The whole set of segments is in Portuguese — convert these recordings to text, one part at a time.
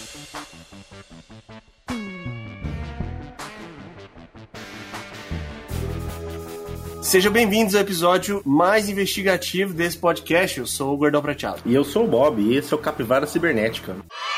Sejam bem-vindos ao episódio mais investigativo desse podcast. Eu sou o Gordão Prateado. E eu sou o Bob, e esse é o Capivara Cibernética.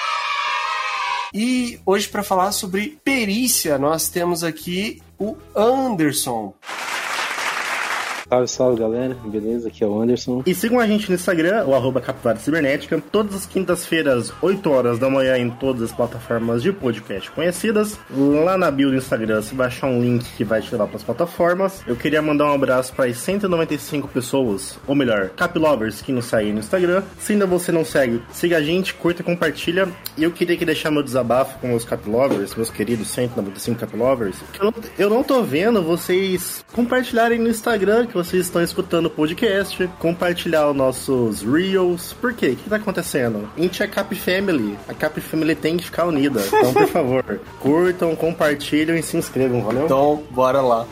E hoje, para falar sobre perícia, nós temos aqui o Anderson. Salve, salve, galera. Beleza? Aqui é o Anderson. E sigam a gente no Instagram, o @Capivara Cibernética, todas as quintas-feiras, 8 horas da manhã, em todas as plataformas de podcast conhecidas. Lá na bio do Instagram, você vai achar um link que vai te levar para as plataformas. Eu queria mandar um abraço para as 195 pessoas, ou melhor, Caplovers, que nos seguem no Instagram. Se ainda você não segue, siga a gente, curta e compartilha. E eu queria deixar meu desabafo com meus Caplovers, meus queridos 195 Caplovers, que eu não tô vendo vocês compartilharem no Instagram que vocês estão escutando o podcast, compartilhar os nossos Reels. Por quê? O que tá acontecendo? A gente é Cap Family. A Cap Family tem que ficar unida. Então, por favor, curtam, compartilham e se inscrevam, valeu? Então, bora lá.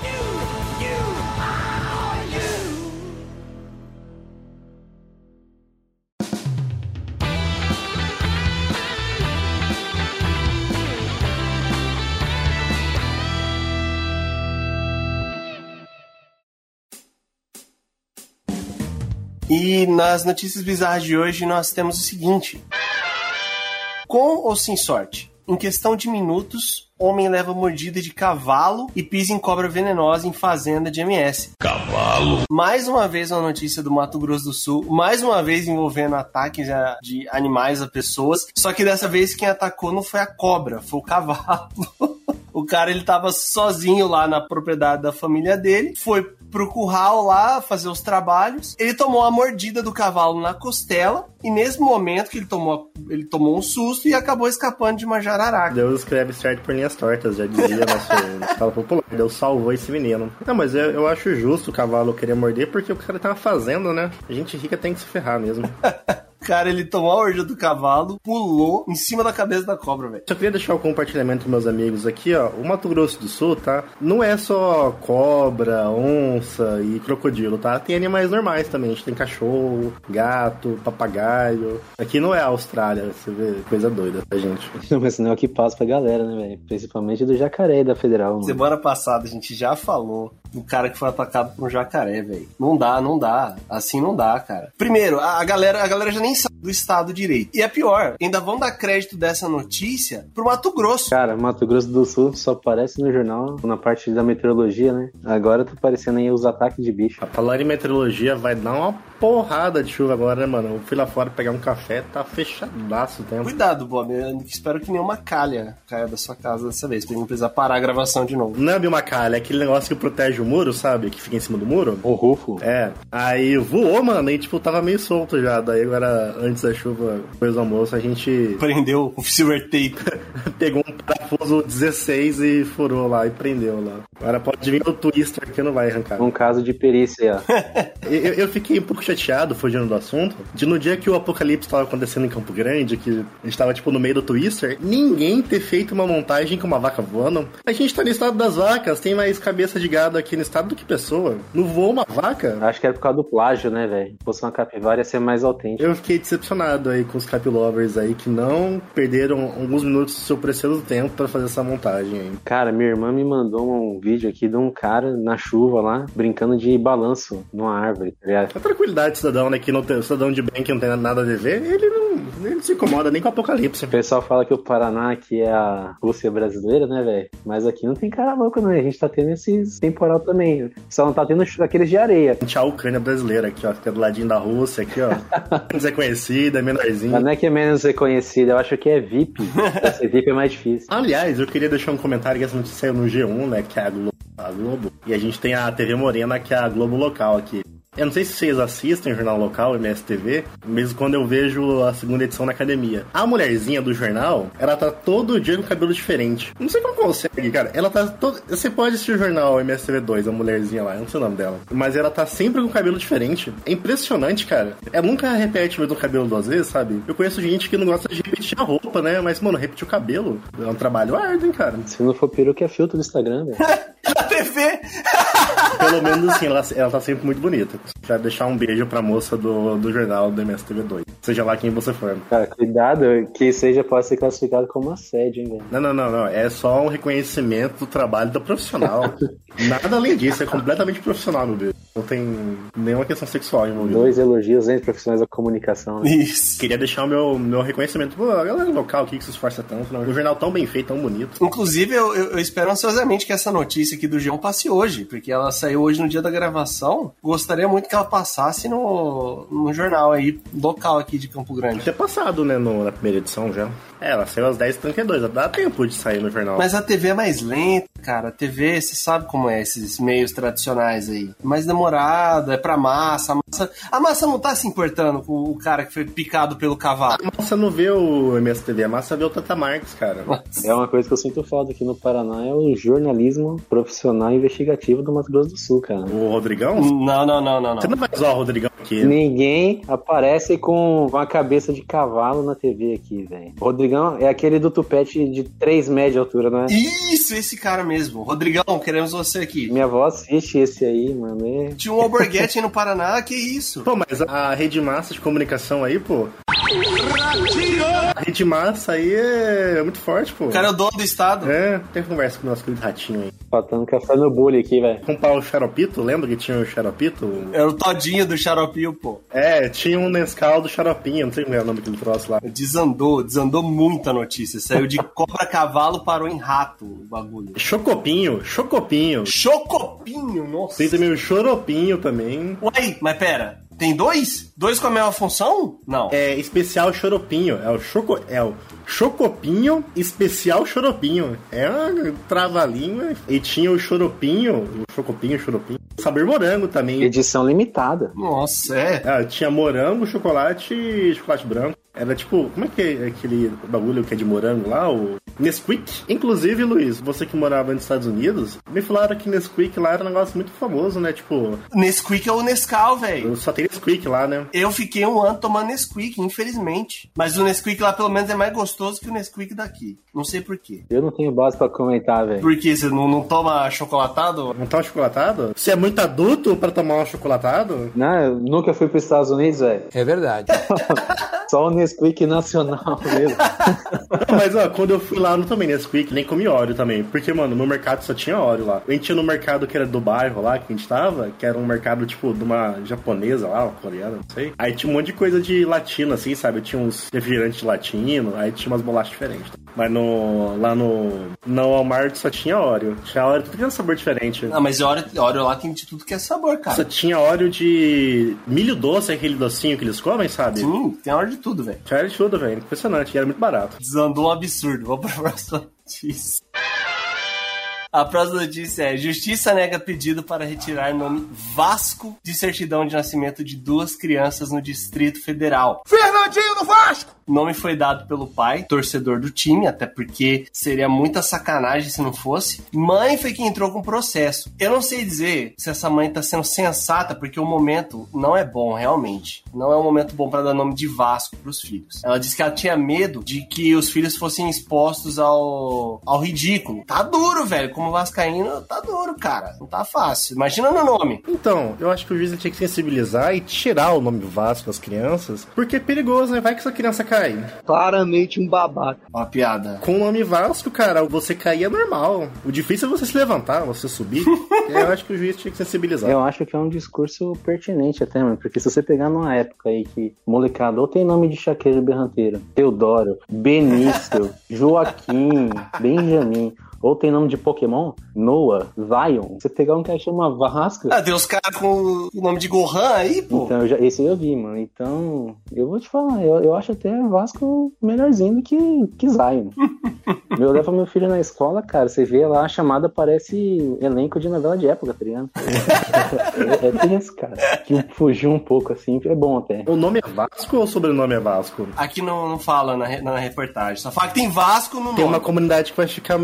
E nas notícias bizarras de hoje nós temos o seguinte: com ou sem sorte, em questão de minutos, homem leva mordida de cavalo e pisa em cobra venenosa em fazenda de MS. Cavalo. Mais uma vez uma notícia do Mato Grosso do Sul, mais uma vez envolvendo ataques de animais a pessoas, só que dessa vez quem atacou não foi a cobra, foi o cavalo. O cara, ele tava sozinho lá na propriedade da família dele, foi pro curral lá fazer os trabalhos, ele tomou a mordida do cavalo na costela, e nesse momento que ele tomou um susto e acabou escapando de uma jararaca. Deus escreve certo por linhas tortas, já dizia nosso fala popular. Deus salvou esse menino. Não, mas eu acho justo o cavalo querer morder, porque o cara tá fazendo, né? A gente rica tem que se ferrar mesmo. Cara, ele tomou a mordida do cavalo, pulou em cima da cabeça da cobra, velho. Só queria deixar o compartilhamento com meus amigos aqui, ó. O Mato Grosso do Sul, tá? Não é só cobra, onça e crocodilo, tá? Tem animais normais também. A gente tem cachorro, gato, papagaio. Aqui não é a Austrália, você vê coisa doida pra gente. Mas não é o que passa pra galera, né, velho? Principalmente do jacaré da Federal, mano. Semana passada a gente já falou do cara que foi atacado por um jacaré, velho. Não dá. Assim não dá, cara. Primeiro, a galera já nem sabe do estado direito. E é pior, ainda vão dar crédito dessa notícia pro Mato Grosso. Cara, Mato Grosso do Sul só aparece no jornal, na parte da meteorologia, né? Agora tá aparecendo aí os ataques de bicho. A falar em meteorologia, vai dar uma porrada de chuva agora, né, mano? Eu fui lá fora pegar um café, tá fechadaço o tempo. Cuidado, Bob. Eu espero que nenhuma calha caia da sua casa dessa vez, pra não precisar parar a gravação de novo. Não é uma calha, é aquele negócio que protege o muro, sabe? Que fica em cima do muro. O rufo. É. Aí voou, mano, e tipo, tava meio solto já. Daí agora, antes da chuva, depois do almoço, a gente... prendeu o silver tape. Pegou um parafuso 16 e furou lá e prendeu lá. Agora pode vir o twister que não vai arrancar. Um caso de perícia, ó. eu fiquei um pouco chateado, fugindo do assunto, de no dia que o apocalipse tava acontecendo em Campo Grande, que a gente tava tipo no meio do twister, ninguém ter feito uma montagem com uma vaca voando. A gente tá no estado das vacas, tem mais cabeça de gado aqui no estado do que pessoa. Não voou uma vaca? Acho que era por causa do plágio, né, velho? Se fosse uma capivara ia ser mais autêntico. Eu fiquei decepcionado aí com os Capilovers aí, que não perderam alguns minutos do seu precioso tempo pra fazer essa montagem aí. Cara, minha irmã me mandou um vídeo aqui de um cara na chuva lá, brincando de balanço numa árvore, tá ligado? A tranquilidade do cidadão, né, que não tem, cidadão de bem que não tem nada a dever, ele não se incomoda nem com o apocalipse. O pessoal fala que o Paraná aqui é a Rússia brasileira, né, velho? Mas aqui não tem cara louco, não. A gente tá tendo esses temporal também. Só não tá tendo aqueles de areia. A gente é a Ucrânia brasileira aqui, ó. Fica do ladinho da Rússia aqui, ó. Menos reconhecida, menorzinho. Mas não é que é menos reconhecida, eu acho que é VIP. Ser VIP é mais difícil. Aliás, eu queria deixar um comentário que essa notícia saiu no G1, né, que é a Globo. E a gente tem a TV Morena, que é a Globo local aqui. Eu não sei se vocês assistem o jornal local, MSTV, mesmo quando eu vejo a segunda edição na academia. A mulherzinha do jornal, ela tá todo dia com cabelo diferente. Não sei como consegue, cara. Ela tá todo... Você pode assistir o jornal MSTV2, a mulherzinha lá, eu não sei o nome dela. Mas ela tá sempre com cabelo diferente. É impressionante, cara. Ela nunca repete o mesmo cabelo duas vezes, sabe? Eu conheço gente que não gosta de repetir a roupa, né? Mas, mano, repetir o cabelo é um trabalho árduo, hein, cara. Se não for peruca, é filtro do Instagram, velho. A TV! Pelo menos assim, ela tá sempre muito bonita. Quero deixar um beijo pra moça do jornal do MSTV2. Seja lá quem você for. Cara, cuidado, que pode ser classificado como assédio, hein, velho. Não. É só um reconhecimento do trabalho do profissional. Nada além disso, é completamente profissional, meu Deus. Não tem nenhuma questão sexual envolvida. 2 elogios entre profissionais da comunicação. Né? Isso. Queria deixar o meu reconhecimento. Pô, a galera local aqui que se esforça tanto. Um jornal tão bem feito, tão bonito. Inclusive, eu espero ansiosamente que essa notícia aqui do G1 passe hoje, porque ela saiu hoje no dia da gravação. Gostaria muito que ela passasse no jornal aí, local aqui de Campo Grande. Ter passado, né, na primeira edição já. Ela saiu às 10h32, dá tempo de sair no jornal. Mas a TV é mais lenta, cara. A TV, você sabe como é, esses meios tradicionais aí. É mais demorado, é pra massa. A massa não tá se importando com o cara que foi picado pelo cavalo. A massa não vê o MSTV, a massa vê o Tata Marques, cara. Nossa. É uma coisa que eu sinto falta aqui no Paraná, é o jornalismo profissional investigativo do Mato Grosso do Sul, cara. O Rodrigão? Não. Você não vai usar o Rodrigão aqui. Ninguém aparece com a cabeça de cavalo na TV aqui, velho. O Rodrigão é aquele do tupete de 3 metros de altura, não é? Isso, esse cara mesmo. Rodrigão, queremos você aqui. Minha avó assiste esse aí, mano. Tinha um alberguete aí no Paraná, que isso? Pô, mas a rede massa de comunicação aí, pô... A rede massa aí é muito forte, pô. O cara é o dono do estado. É, tem conversa com o nosso querido ratinho aí. Faltando café no bule aqui, velho. Comprar o Xaropito, lembra que tinha o Xaropito? Era o todinho do Xaropinho, pô. É, tinha um Nescau do Xaropinho, não sei como é o nome que ele trouxe lá. Desandou muito a notícia. Saiu de cobra-cavalo, parou em rato o bagulho. Chocopinho. Chocopinho, nossa. Tem também o Choropinho também. Uai, mas pera, tem 2? 2 com a mesma função? Não. É especial Choropinho, é o Chocopinho especial Choropinho. É uma trava-língua. E tinha o Choropinho, Choropinho. Sabor morango também. Edição limitada. Nossa, é. Tinha morango, chocolate e chocolate branco. Era tipo, como é que é aquele bagulho que é de morango lá? O Nesquik. Inclusive, Luiz, você que morava nos Estados Unidos, me falaram que Nesquik lá era um negócio muito famoso, né? Tipo... Nesquik é o Nescau, velho. Só tem Nesquik lá, né? Eu fiquei 1 ano tomando Nesquik, infelizmente. Mas o Nesquik lá, pelo menos, é mais gostoso que o Nesquik daqui. Não sei por quê. Eu não tenho base pra comentar, velho. Por quê? Você não toma chocolatado? Não toma chocolatado? Você é muito adulto pra tomar um chocolatado? Não, eu nunca fui pros Estados Unidos, velho. É verdade. Só o Nesquik nacional mesmo. Mas, ó, quando eu fui lá, eu não tomei Nesquik, nem comi Oreo também. Porque, mano, no mercado só tinha Oreo lá. A gente tinha no mercado que era do bairro lá, que a gente tava, que era um mercado, tipo, de uma japonesa lá, uma coreana, não sei. Aí tinha um monte de coisa de latino, assim, sabe? Tinha uns refrigerantes latino, aí tinha umas bolachas diferentes. Mas lá no Walmart só tinha Oreo. Tinha Oreo, tudo que era sabor diferente. Ah, mas Oreo lá tem de tudo que é sabor, cara. Só tinha Oreo de milho doce, aquele docinho que eles comem, sabe? Sim, tem Oreo de tudo, velho. Tinha Oreo de tudo, velho. Impressionante. E era muito barato. Desandou um absurdo. Vamos pra próxima notícia. A próxima notícia é: Justiça nega pedido para retirar nome Vasco de certidão de nascimento de 2 crianças no Distrito Federal. Fernandinho do Vasco! O nome foi dado pelo pai, torcedor do time, até porque seria muita sacanagem se não fosse. Mãe foi quem entrou com o processo. Eu não sei dizer se essa mãe tá sendo sensata, porque o momento não é bom, realmente. Não é um momento bom para dar nome de Vasco pros filhos. Ela disse que ela tinha medo de que os filhos fossem expostos ao ridículo. Tá duro, velho. Como vascaíno, tá duro, cara. Não tá fácil. Imagina no nome. Então, eu acho que o juiz tinha que sensibilizar e tirar o nome Vasco das crianças, porque é perigoso, né? Vai que essa criança cai. Claramente um babaca. Uma piada. Com o nome Vasco, cara, você cair é normal. O difícil é você se levantar, você subir. Eu acho que o juiz tinha que sensibilizar. Eu acho que é um discurso pertinente até, mano. Porque se você pegar numa época aí que molecada ou tem nome de chaqueiro berranteiro, Teodoro, Benício, Joaquim, Benjamin, ou tem nome de Pokémon, Noah, Zion. Você pegar um cara que chama Vasco... Ah, tem uns caras com o nome de Gohan aí, pô. Então, esse eu vi, mano. Então, eu vou te falar, eu acho até Vasco melhorzinho do que Zion. Eu levo meu filho na escola, cara, você vê lá, a chamada parece elenco de novela de época, tá ligado? É tenso, cara. Que fugiu um pouco, assim, é bom até. O nome é Vasco ou o sobrenome é Vasco? Aqui não fala na reportagem, só fala que tem Vasco no nome. Tem uma comunidade que vai ficar meio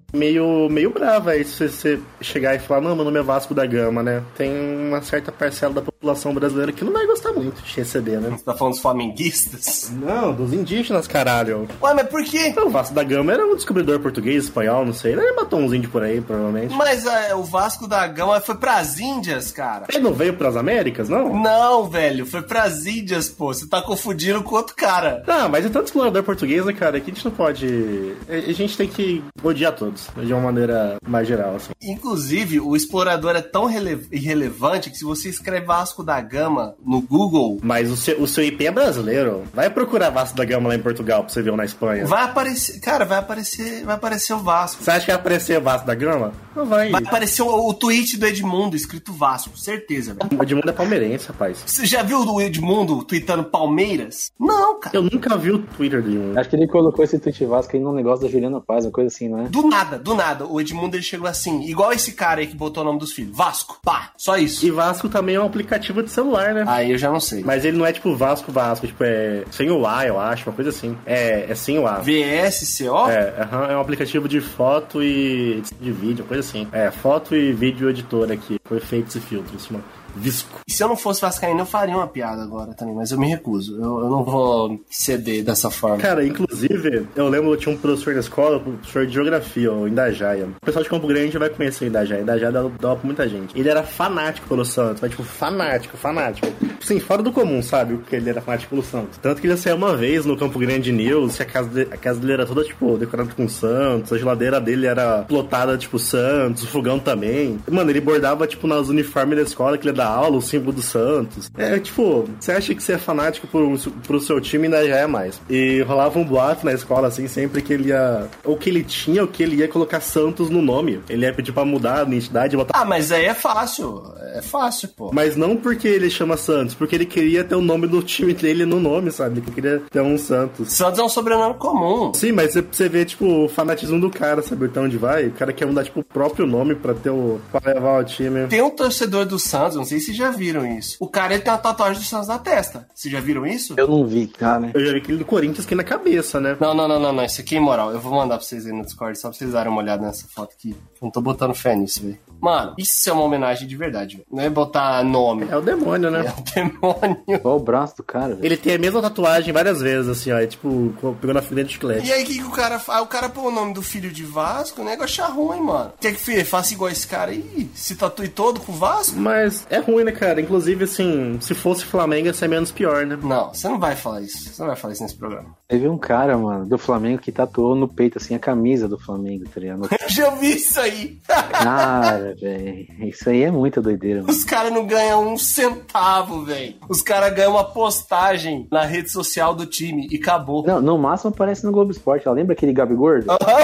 meio brava aí se você chegar e falar, não, meu nome é Vasco da Gama, né? Tem uma certa parcela da população brasileira que não vai gostar muito de receber, né? Você tá falando dos flamenguistas? Não, dos indígenas, caralho. Ué, mas por quê? O Vasco da Gama era um descobridor português, espanhol, não sei. Ele matou uns índios por aí, provavelmente. Mas o Vasco da Gama foi pras Índias, cara. Ele não veio pras Américas, não? Não, velho, foi pras Índias, pô. Você tá confundindo com outro cara. Não, mas é tanto explorador português, né, cara, que a gente não pode... A gente tem que odiar todos, de uma maneira mais geral, assim. Inclusive, o explorador é tão irrelevante que se você escreve Vasco da Gama no Google... Mas o seu IP é brasileiro. Vai procurar Vasco da Gama lá em Portugal pra você ver um na Espanha. Vai aparecer... Cara, vai aparecer o Vasco. Você acha que vai aparecer o Vasco da Gama? Não vai. Vai aparecer o tweet do Edmundo escrito Vasco, certeza, velho. O Edmundo é palmeirense, rapaz. Você já viu o Edmundo tweetando Palmeiras? Não, cara. Eu nunca vi o Twitter do Edmundo. Acho que ele colocou esse tweet Vasco aí num negócio da Juliana Paz, uma coisa assim, não é? Do nada. O Edmundo, ele chegou assim, igual esse cara aí que botou o nome dos filhos. Vasco, pá, só isso. E Vasco também é um aplicativo de celular, né? Aí eu já não sei. Mas ele não é tipo Vasco, tipo, é sem o A, eu acho, uma coisa assim. É sem o A. VSCO? É um aplicativo de foto e de vídeo, coisa assim. É, foto e vídeo editor aqui, com efeitos e filtros, mano. Visco. E se eu não fosse vascaíno, eu faria uma piada agora também, mas eu me recuso. Eu não vou ceder dessa forma. Cara, inclusive, eu lembro que tinha um professor na escola, um professor de geografia, o Indaiaia. O pessoal de Campo Grande vai conhecer o Indaiaia. Indaiaia dava pra muita gente. Ele era fanático pelo Santos, mas tipo, fanático. Sim, fora do comum, sabe? Porque ele era fanático pelo Santos. Tanto que ele saiu uma vez no Campo Grande News, que a casa dele era toda, tipo, decorada com Santos, a geladeira dele era plotada, tipo, Santos, o fogão também. Mano, ele bordava, tipo, nas uniformes da escola, que ele da aula, o símbolo do Santos. Tipo, você acha que você é fanático pro seu time, ainda já é mais. E rolava um boato na escola, assim, sempre que ele ia... Ou que ele tinha, ou que ele ia colocar Santos no nome. Ele ia pedir pra mudar a identidade e botar... Ah, mas aí é fácil. É fácil, pô. Mas não porque ele chama Santos, porque ele queria ter o nome do time dele no nome, sabe? Ele queria ter um Santos. Santos é um sobrenome comum. Sim, mas você vê, tipo, o fanatismo do cara, sabe até onde vai? O cara quer mudar, tipo, o próprio nome pra levar o time. Tem um torcedor do Santos, não sei se já viram isso. O cara, ele tem uma tatuagem do Santos na testa. Vocês já viram isso? Eu não vi, cara. Eu já vi aquele do Corinthians aqui na cabeça, né? Não. Isso aqui é imoral. Eu vou mandar pra vocês aí no Discord, só pra vocês darem uma olhada nessa foto aqui. Eu não tô botando fé nisso, velho. Mano, isso é uma homenagem de verdade, velho. Não é botar nome. É o demônio, né? É o demônio. Olha o braço do cara, velho. Ele tem a mesma tatuagem várias vezes, assim, ó. É tipo, pegou na frente de chiclete. E aí, o que o cara faz? O cara põe o nome do filho de Vasco, o negócio é ruim, mano. Quer que filho faça igual esse cara aí? Se tatue todo com o Vasco? Mas é ruim, né, cara? Inclusive, assim, se fosse Flamengo, ia ser menos pior, né? Não, você não vai falar isso. Você não vai falar isso nesse programa. Teve um cara, mano, do Flamengo que tatuou no peito, assim, a camisa do Flamengo, tá ligado? Eu já vi isso aí. Cara, velho, isso aí é muita doideira, mano. Os caras não ganham um centavo, velho. Os caras ganham uma postagem na rede social do time e acabou. Não, no máximo aparece no Globo Esporte. Ó, lembra aquele Gabi Gordo?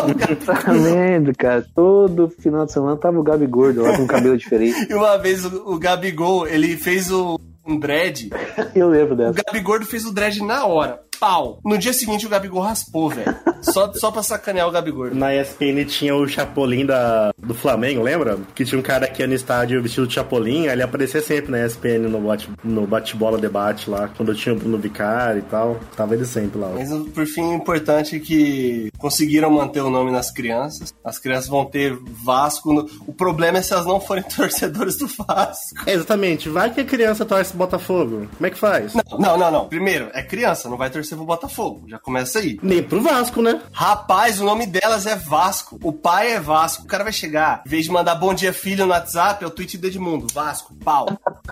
Tá vendo, cara? Todo final de semana tava o Gabi Gordo lá com um cabelo diferente. E uma vez o Gabigol, ele fez um dread. Eu lembro dessa. O Gabigol fez o dread na hora. Pau. No dia seguinte o Gabigol raspou, velho. Só pra sacanear o Gabigol. Na ESPN tinha o Chapolin do Flamengo, lembra? Que tinha um cara que ia no estádio vestido de Chapolin, aí ele aparecia sempre na ESPN no bate-bola debate lá, quando tinha o Bruno Vicari e tal. Tava ele sempre lá. Mas por fim, é importante que conseguiram manter o nome nas crianças. As crianças vão ter Vasco. O problema é se elas não forem torcedores do Vasco. Exatamente. Vai que a criança torce Botafogo. Como é que faz? Não. Primeiro, é criança, não vai torcer pro Botafogo. Já começa aí. Nem pro Vasco, né? Rapaz, o nome delas é Vasco. O pai é Vasco. O cara vai chegar, em vez de mandar bom dia filho no WhatsApp, é o tweet do Edmundo. Vasco, pau.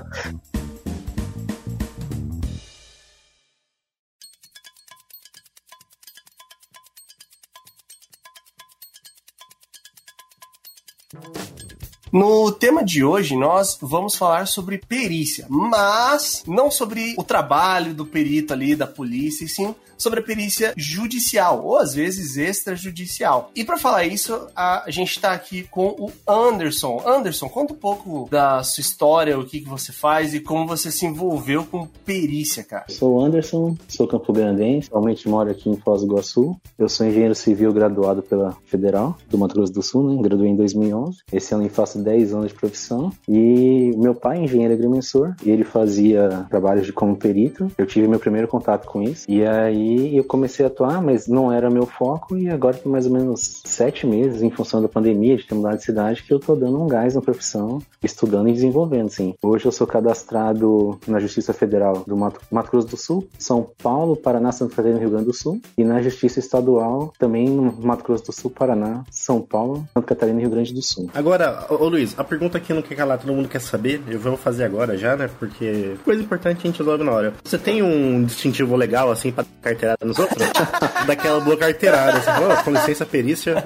No tema de hoje, nós vamos falar sobre perícia, mas não sobre o trabalho do perito ali, da polícia, e sim sobre a perícia judicial, ou às vezes extrajudicial. E para falar isso, a gente tá aqui com o Anderson. Anderson, conta um pouco da sua história, o que você faz e como você se envolveu com perícia, cara. Sou o Anderson, sou campograndense, atualmente moro aqui em Foz do Iguaçu. Eu sou engenheiro civil graduado pela Federal do Mato Grosso do Sul, né? Graduei em 2011. Esse ano eu faço 10 anos de profissão. E meu pai é engenheiro agrimensor e ele fazia trabalhos como perito. Eu tive meu primeiro contato com isso. E aí Aí eu comecei a atuar, mas não era meu foco, e agora tem mais ou menos 7 meses, em função da pandemia, de ter mudado de cidade, que eu tô dando um gás na profissão, estudando e desenvolvendo, sim. Hoje eu sou cadastrado na Justiça Federal do Mato Grosso do Sul, São Paulo, Paraná, Santa Catarina e Rio Grande do Sul, e na Justiça Estadual, também no Mato Grosso do Sul, Paraná, São Paulo, Santa Catarina e Rio Grande do Sul. Agora, ô Luiz, a pergunta que não quer calar, todo mundo quer saber, eu vou fazer agora já, né? Porque coisa importante a gente resolve na hora. Você tem um distintivo legal, assim, pra carteirada nos outros? Daquela boa carteirada, assim, com licença, perícia.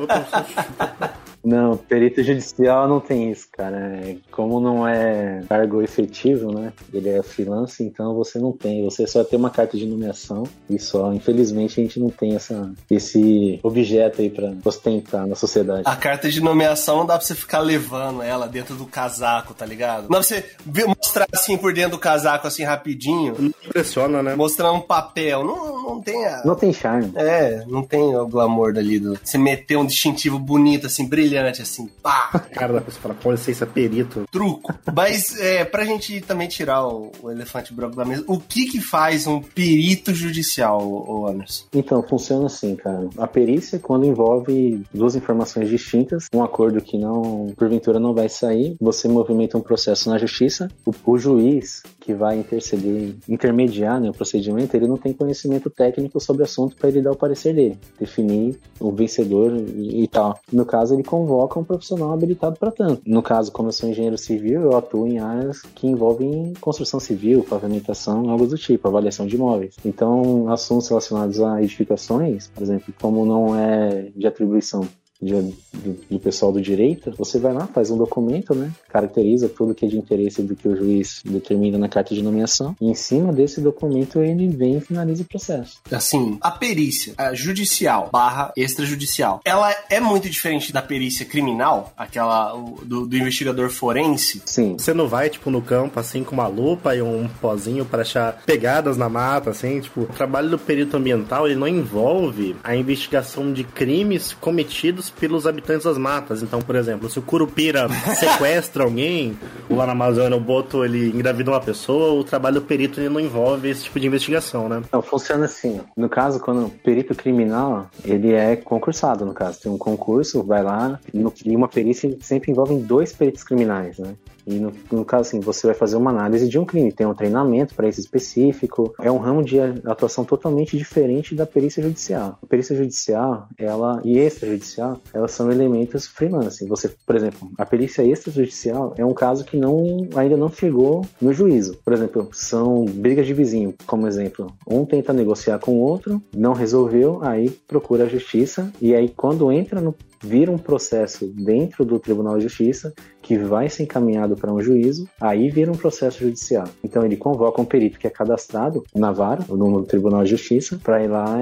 Não, perito judicial não tem isso, cara. Como não é cargo efetivo, né? Ele é freelance, então você não tem. Você só tem uma carta de nomeação e só. Infelizmente, a gente não tem esse objeto aí pra ostentar na sociedade. A carta de nomeação não dá pra você ficar levando ela dentro do casaco, tá ligado? Não dá pra você mostrar assim por dentro do casaco, assim, rapidinho. Não impressiona, né? Mostrar um papel. Não tem Não tem charme. não tem o glamour dali do... Você meter um distintivo bonito, assim, brilhante, assim, pá! Cara da pessoa fala, com licença, perito. Truco. Mas, pra gente também tirar o elefante branco da mesa, o que faz um perito judicial, ô Anderson? Então, funciona assim, cara. A perícia, quando envolve duas informações distintas, um acordo que não, porventura, não vai sair, você movimenta um processo na justiça, o juiz que vai intermediar, né, o procedimento, ele não tem conhecimento técnico sobre o assunto para ele dar o parecer dele, definir o vencedor e tal. No caso, ele convoca um profissional habilitado para tanto. No caso, como eu sou engenheiro civil, eu atuo em áreas que envolvem construção civil, pavimentação, algo do tipo, avaliação de imóveis. Então, assuntos relacionados a edificações, por exemplo, como não é de atribuição de pessoal do direito, você vai lá, faz um documento, né? Caracteriza tudo que é de interesse do que o juiz determina na carta de nomeação, e em cima desse documento ele vem e finaliza o processo. Assim, a perícia judicial / extrajudicial, ela é muito diferente da perícia criminal, aquela do investigador forense? Sim. Você não vai, tipo, no campo, assim, com uma lupa e um pozinho para achar pegadas na mata, assim, tipo, o trabalho do perito ambiental, ele não envolve a investigação de crimes cometidos pelos habitantes das matas. Então, por exemplo, se o Curupira sequestra alguém, ou lá na Amazônia o Boto ele engravida uma pessoa, o trabalho do perito ele não envolve esse tipo de investigação, né? Não, funciona assim. No caso, quando o perito criminal, ele é concursado, no caso. Tem um concurso, vai lá, e uma perícia sempre envolve 2 peritos criminais, né? E no caso, assim, você vai fazer uma análise de um crime, tem um treinamento para isso específico, é um ramo de atuação totalmente diferente da perícia judicial. A perícia judicial, e extrajudicial, elas são elementos freelance. Você, por exemplo, a perícia extrajudicial é um caso que ainda não chegou no juízo. Por exemplo, são brigas de vizinho, como exemplo. Um tenta negociar com o outro, não resolveu, aí procura a justiça, e aí quando vira um processo dentro do Tribunal de Justiça, que vai ser encaminhado para um juízo, aí vira um processo judicial. Então ele convoca um perito que é cadastrado na vara, no Tribunal de Justiça, para ir lá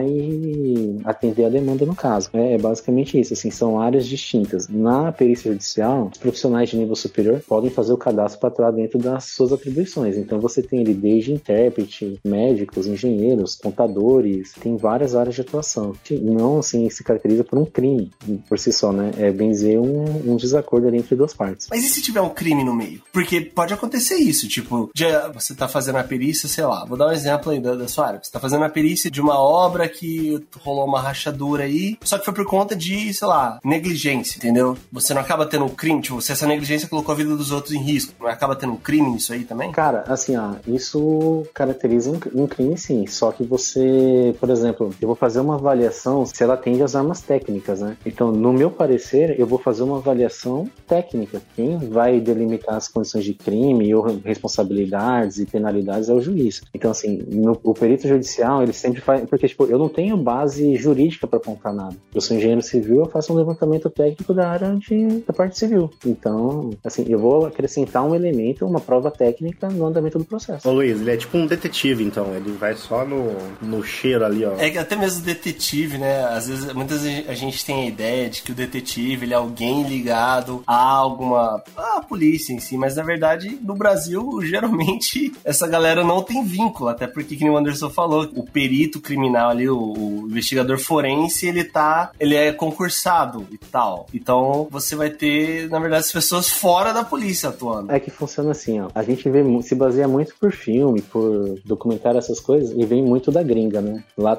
e atender a demanda no caso. É basicamente isso, assim, são áreas distintas. Na perícia judicial, os profissionais de nível superior podem fazer o cadastro para atuar dentro das suas atribuições. Então você tem ali desde intérprete, médicos, engenheiros, contadores, tem várias áreas de atuação. Não, assim, se caracteriza por um crime, por si só, né? É benzer um desacordo ali entre duas partes. Mas e se tiver um crime no meio? Porque pode acontecer isso, tipo, você tá fazendo a perícia, sei lá, vou dar um exemplo aí da sua área. Você tá fazendo a perícia de uma obra que rolou uma rachadura aí, só que foi por conta de, sei lá, negligência, entendeu? Você não acaba tendo um crime, tipo, se essa negligência colocou a vida dos outros em risco, não acaba tendo um crime nisso aí também? Cara, assim, isso caracteriza um crime, sim, só que você, por exemplo, eu vou fazer uma avaliação se ela atende às armas técnicas, né? Então, no meu parecer, eu vou fazer uma avaliação técnica. Quem vai delimitar as condições de crime ou responsabilidades e penalidades é o juiz. Então, assim, o perito judicial, ele sempre faz... Porque, tipo, eu não tenho base jurídica para apontar nada. Eu sou engenheiro civil, eu faço um levantamento técnico da área da parte civil. Então, assim, eu vou acrescentar um elemento, uma prova técnica no andamento do processo. Ô Luiz, ele é tipo um detetive, então. Ele vai só no cheiro ali, ó. É que até mesmo o detetive, né? Às vezes, muitas vezes a gente tem a ideia de que o detetive, ele é alguém ligado a alguma a polícia em si, mas na verdade, no Brasil, geralmente, essa galera não tem vínculo, até porque, como o Anderson falou, o perito criminal ali, o investigador forense, ele é concursado e tal. Então, você vai ter, na verdade, as pessoas fora da polícia atuando. É que funciona assim, ó. A gente se baseia muito por filme, por documentário, essas coisas, e vem muito da gringa, né? Lá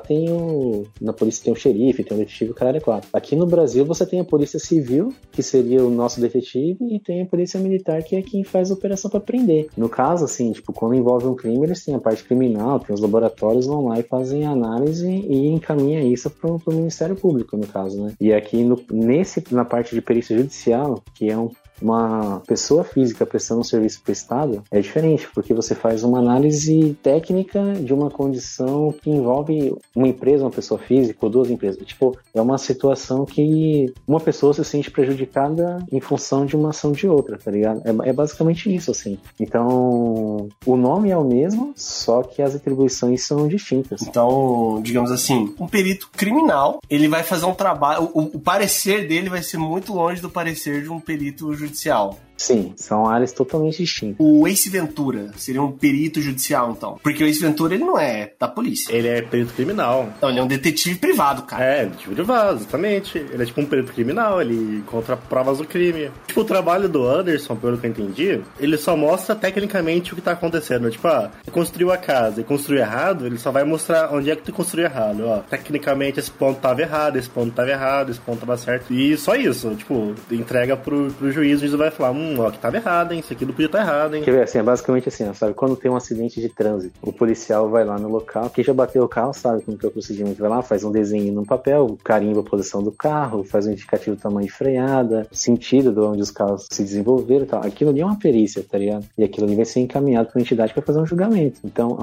na polícia tem o xerife, tem o detetive, o caralho é quatro. Aqui no Brasil você tem a polícia civil, que seria o nosso detetive, e tem a polícia militar, que é quem faz a operação pra prender. No caso, assim, tipo, quando envolve um crime, eles têm a parte criminal, tem os laboratórios, vão lá e fazem a análise e encaminha isso pro Ministério Público, no caso, né? E aqui na parte de perícia judicial, que é uma pessoa física prestando um serviço para o Estado, é diferente, porque você faz uma análise técnica de uma condição que envolve uma empresa, uma pessoa física ou duas empresas. Tipo, é uma situação que uma pessoa se sente prejudicada em função de uma ação de outra, tá ligado? É basicamente isso, assim. Então, o nome é o mesmo, só que as atribuições são distintas. Então, digamos assim, um perito criminal, ele vai fazer um trabalho, o parecer dele vai ser muito longe do parecer de um perito judicial. Sim, são áreas totalmente distintas. O Ace Ventura seria um perito judicial, então. Porque o Ace Ventura, ele não é da polícia. Ele é perito criminal. Então, ele é um detetive privado, cara. É, detetive privado, exatamente. Ele é tipo um perito criminal, ele encontra provas do crime. Tipo, o trabalho do Anderson, pelo que eu entendi, ele só mostra tecnicamente o que tá acontecendo. Tipo, você construiu a casa e construiu errado, ele só vai mostrar onde é que tu construiu errado. Ó, tecnicamente esse ponto tava errado, esse ponto tava errado, esse ponto tava certo. E só isso, tipo, entrega pro juiz, o juiz vai falar, ó, que tava errado, hein? Isso aqui do podia tá errado, hein? Quer ver, assim, é basicamente assim, ó, sabe? Quando tem um acidente de trânsito, o policial vai lá no local, quem já bateu o carro sabe como que é o procedimento, vai lá, faz um desenho no papel, carimba a posição do carro, faz um indicativo do tamanho de freada, sentido de onde os carros se desenvolveram e tal. Aquilo ali é uma perícia, tá ligado? E aquilo ali vai ser encaminhado pra uma entidade pra fazer um julgamento. Então,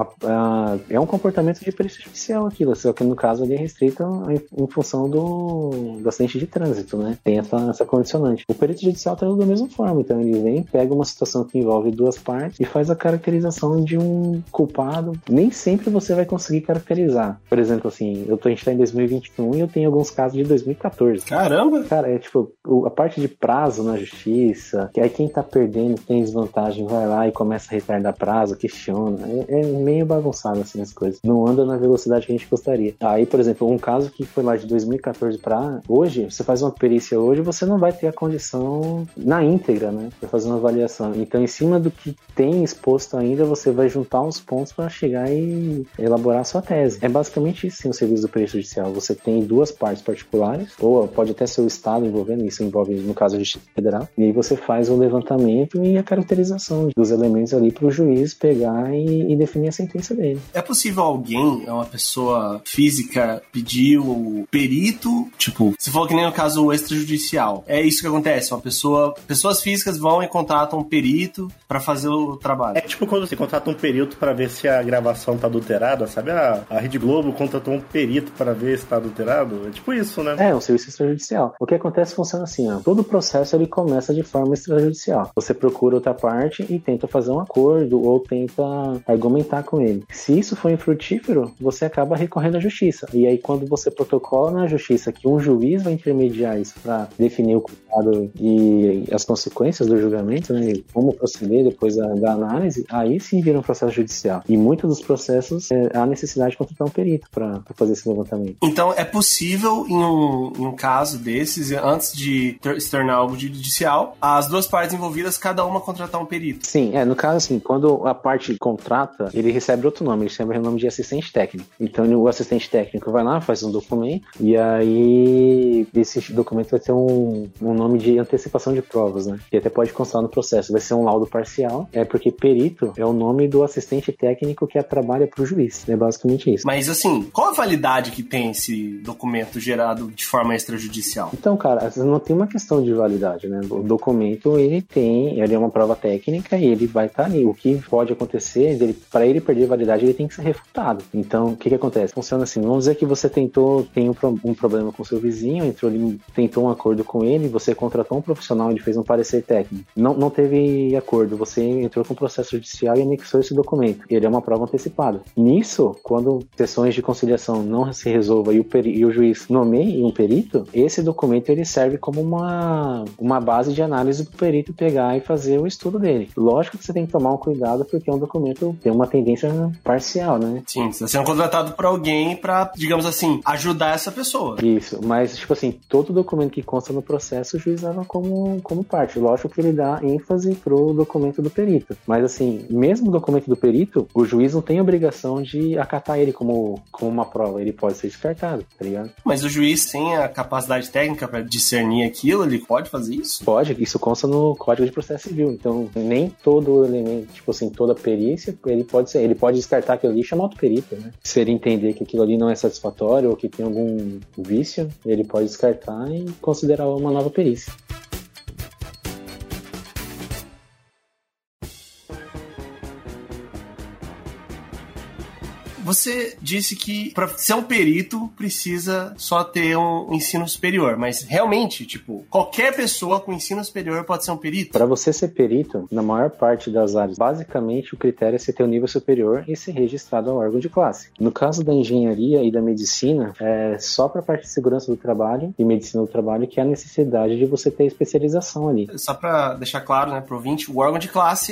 é um comportamento de perícia judicial aquilo, só que no caso ali é restrito em função do acidente de trânsito, né? Tem essa condicionante. O perito judicial tá da mesma forma, então ele vem, pega uma situação que envolve duas partes e faz a caracterização de um culpado. Nem sempre você vai conseguir caracterizar. Por exemplo, assim, a gente tá em 2021 e eu tenho alguns casos de 2014. Caramba! Cara, é tipo, a parte de prazo na justiça, que aí quem tá perdendo tem desvantagem, vai lá e começa a retardar prazo, questiona. É meio bagunçado, assim, as coisas. Não anda na velocidade que a gente gostaria. Aí, por exemplo, um caso que foi lá de 2014 pra hoje, você faz uma perícia hoje, você não vai ter a condição na íntegra, né? Pra fazer uma avaliação. Então, em cima do que tem exposto ainda, você vai juntar os pontos para chegar e elaborar a sua tese. É basicamente isso, sim, o serviço do perito judicial. Você tem duas partes particulares, ou pode até ser o Estado envolvendo, isso envolve, no caso, a Justiça Federal, e aí você faz o levantamento e a caracterização dos elementos ali para o juiz pegar e definir a sentença dele. É possível alguém, uma pessoa física, pedir o perito, tipo, se for que nem no caso extrajudicial, é isso que acontece, pessoas físicas vão e contratam um perito para fazer o trabalho. É tipo quando você contrata um perito para ver se a gravação tá adulterada, sabe? A Rede Globo contratou um perito para ver se tá adulterado. É tipo isso, né? É um serviço extrajudicial. O que acontece funciona assim, ó. Todo o processo ele começa de forma extrajudicial. Você procura outra parte e tenta fazer um acordo ou tenta argumentar com ele. Se isso for infrutífero, você acaba recorrendo à justiça. E aí quando você protocola na justiça que um juiz vai intermediar isso para definir o culpado e as consequências do julgamento, né? Como proceder depois da análise, aí sim vira um processo judicial. E muitos dos processos há necessidade de contratar um perito para fazer esse levantamento. Então é possível, em um caso desses, antes de se tornar algo judicial, as duas partes envolvidas, cada uma contratar um perito? Sim, no caso assim, quando a parte contrata, ele recebe outro nome, ele recebe o nome de assistente técnico. Então o assistente técnico vai lá, faz um documento, e aí esse documento vai ter um nome de antecipação de provas, né? Que até pode constar no processo. Vai ser um laudo parcial, porque perito é o nome do assistente técnico que trabalha para o juiz. É basicamente isso. Mas assim, qual a validade que tem esse documento gerado de forma extrajudicial? Então, cara, não tem uma questão de validade, né? O documento, ele é uma prova técnica e ele vai estar ali. O que pode acontecer, para ele perder validade, ele tem que ser refutado. Então, o que acontece? Funciona assim, vamos dizer que você tem um problema com seu vizinho, tentou um acordo com ele, você contratou um profissional, ele fez um parecer técnico técnica. Não teve acordo. Você entrou com o processo judicial e anexou esse documento. Ele é uma prova antecipada. Nisso, quando sessões de conciliação não se resolvam e o juiz nomeie um perito, esse documento ele serve como uma base de análise para o perito pegar e fazer o estudo dele. Lógico que você tem que tomar um cuidado porque um documento tem uma tendência parcial, né? Sim, você está sendo contratado por alguém para, digamos assim, ajudar essa pessoa. Isso, mas, tipo assim, todo documento que consta no processo, o juiz leva como parte. Lógico que ele dá ênfase pro documento do perito. Mas, assim, mesmo o documento do perito, o juiz não tem obrigação de acatar ele como uma prova. Ele pode ser descartado, tá ligado? Mas o juiz tem a capacidade técnica para discernir aquilo? Ele pode fazer isso? Pode, isso consta no Código de Processo Civil. Então, nem todo elemento, tipo assim, toda perícia, ele pode descartar aquilo ali e chamar outro perito, né? Se ele entender que aquilo ali não é satisfatório ou que tem algum vício, ele pode descartar e considerar uma nova perícia. Você disse que para ser um perito precisa só ter um ensino superior, mas realmente, tipo, qualquer pessoa com ensino superior pode ser um perito? Para você ser perito, na maior parte das áreas, basicamente o critério é você ter um nível superior e ser registrado ao órgão de classe. No caso da engenharia e da medicina, é só para a parte de segurança do trabalho e medicina do trabalho que há necessidade de você ter especialização ali. Só para deixar claro, né, pro ouvinte, o órgão de classe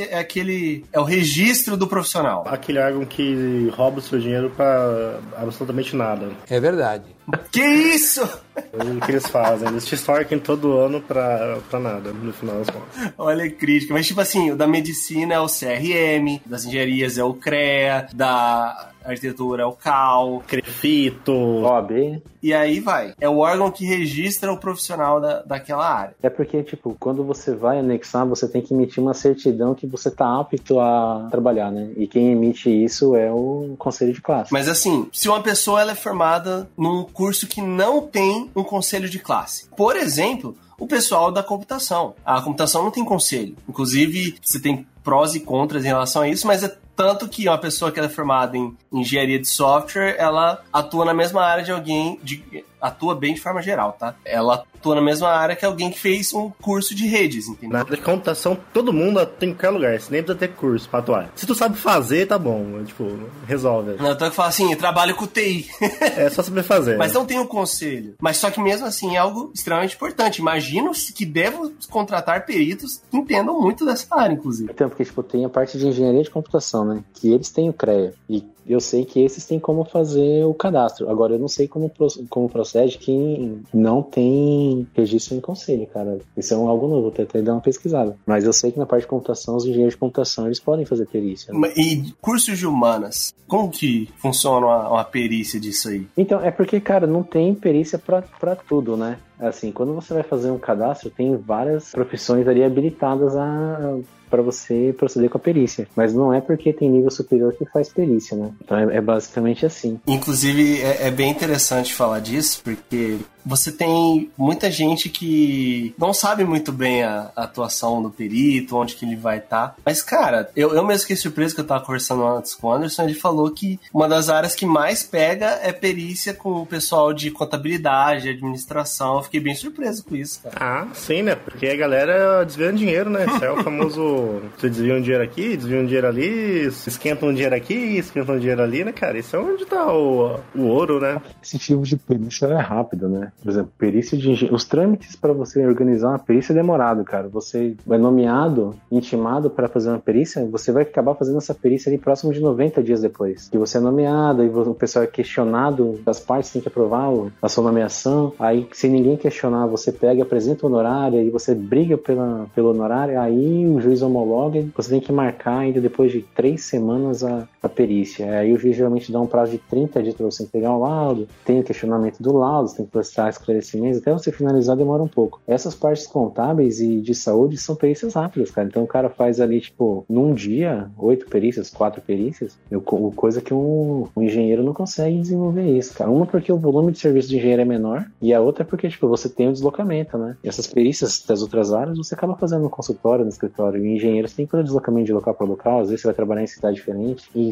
é o registro do profissional. Aquele órgão que rouba o seu dinheiro pra absolutamente nada. É verdade. Que isso? O que eles fazem? Eles te extorquem todo ano pra nada, no final das contas. Olha a crítica. Mas, tipo assim, o da medicina é o CRM, das engenharias é o CREA, da arquitetura é o CAL, CREFITO, OAB. E aí vai. É o órgão que registra o profissional daquela área. É porque, tipo, quando você vai anexar, você tem que emitir uma certidão que você tá apto a trabalhar, né? E quem emite isso é o conselho de classe. Mas assim, se uma pessoa ela é formada num curso que não tem um conselho de classe, por exemplo, o pessoal da computação. A computação não tem conselho. Inclusive, você tem prós e contras em relação a isso, mas é tanto que uma pessoa que é formada em engenharia de software, ela atua na mesma área de alguém, atua bem de forma geral, tá? Ela atua na mesma área que alguém que fez um curso de redes, entendeu? Na área de computação, todo mundo tem em qualquer lugar, você nem precisa ter curso pra atuar. Se tu sabe fazer, tá bom, tipo, resolve. Não, então eu falo assim, eu trabalho com TI. É só saber fazer. Mas não tem um conselho. Mas só que mesmo assim é algo extremamente importante. Imagino que devo contratar peritos que entendam muito dessa área, inclusive. Então, porque, tipo, tem a parte de engenharia de computação, né? Que eles têm o CREA. E eu sei que esses têm como fazer o cadastro. Agora, eu não sei como procede quem não tem registro em conselho, cara. Isso é algo novo, vou até dar uma pesquisada. Mas eu sei que na parte de computação, os engenheiros de computação, eles podem fazer perícia. Né? E cursos de humanas, como que funciona uma perícia disso aí? Então, é porque, cara, não tem perícia pra tudo, né? Assim, quando você vai fazer um cadastro, tem várias profissões ali habilitadas para você proceder com a perícia. Mas não é porque tem nível superior que faz perícia, né? Então é basicamente assim. Inclusive, é bem interessante falar disso, porque você tem muita gente que não sabe muito bem a atuação do perito, onde que ele vai estar. Mas, cara, eu mesmo fiquei surpreso que eu tava conversando antes com o Anderson, ele falou que uma das áreas que mais pega é perícia com o pessoal de contabilidade, administração. Eu fiquei bem surpreso com isso, cara. Ah, sim, né? Porque a galera desvia dinheiro, né? Isso é o famoso... Você desvia um dinheiro aqui, desvia um dinheiro ali, esquenta um dinheiro aqui, esquenta um dinheiro ali, né, cara? Isso é onde tá o ouro, né? Esse tipo de perícia é rápido, né? Por exemplo, perícia de engenharia. Os trâmites para você organizar uma perícia é demorado, cara. Você vai nomeado, intimado para fazer uma perícia, você vai acabar fazendo essa perícia ali próximo de 90 dias depois. Que você é nomeado, e o pessoal é questionado, as partes têm que aprovar a sua nomeação. Aí, se ninguém questionar, você pega, apresenta o honorário, e você briga pelo honorário, aí o juiz homologa, você tem que marcar ainda depois de 3 semanas a perícia. Aí o juiz geralmente dá um prazo de 30 dias para você pegar o laudo, tem o questionamento do laudo, você tem que prestar esclarecimentos, até você finalizar demora um pouco. Essas partes contábeis e de saúde são perícias rápidas, cara. Então o cara faz ali, tipo, num dia, 8 perícias, 4 perícias, coisa que um engenheiro não consegue desenvolver isso, cara. Uma porque o volume de serviço de engenheiro é menor, e a outra porque, tipo, você tem o deslocamento, né? E essas perícias das outras áreas, você acaba fazendo no consultório, no escritório, e engenheiro você tem que fazer deslocamento de local para local, às vezes você vai trabalhar em cidade diferente, e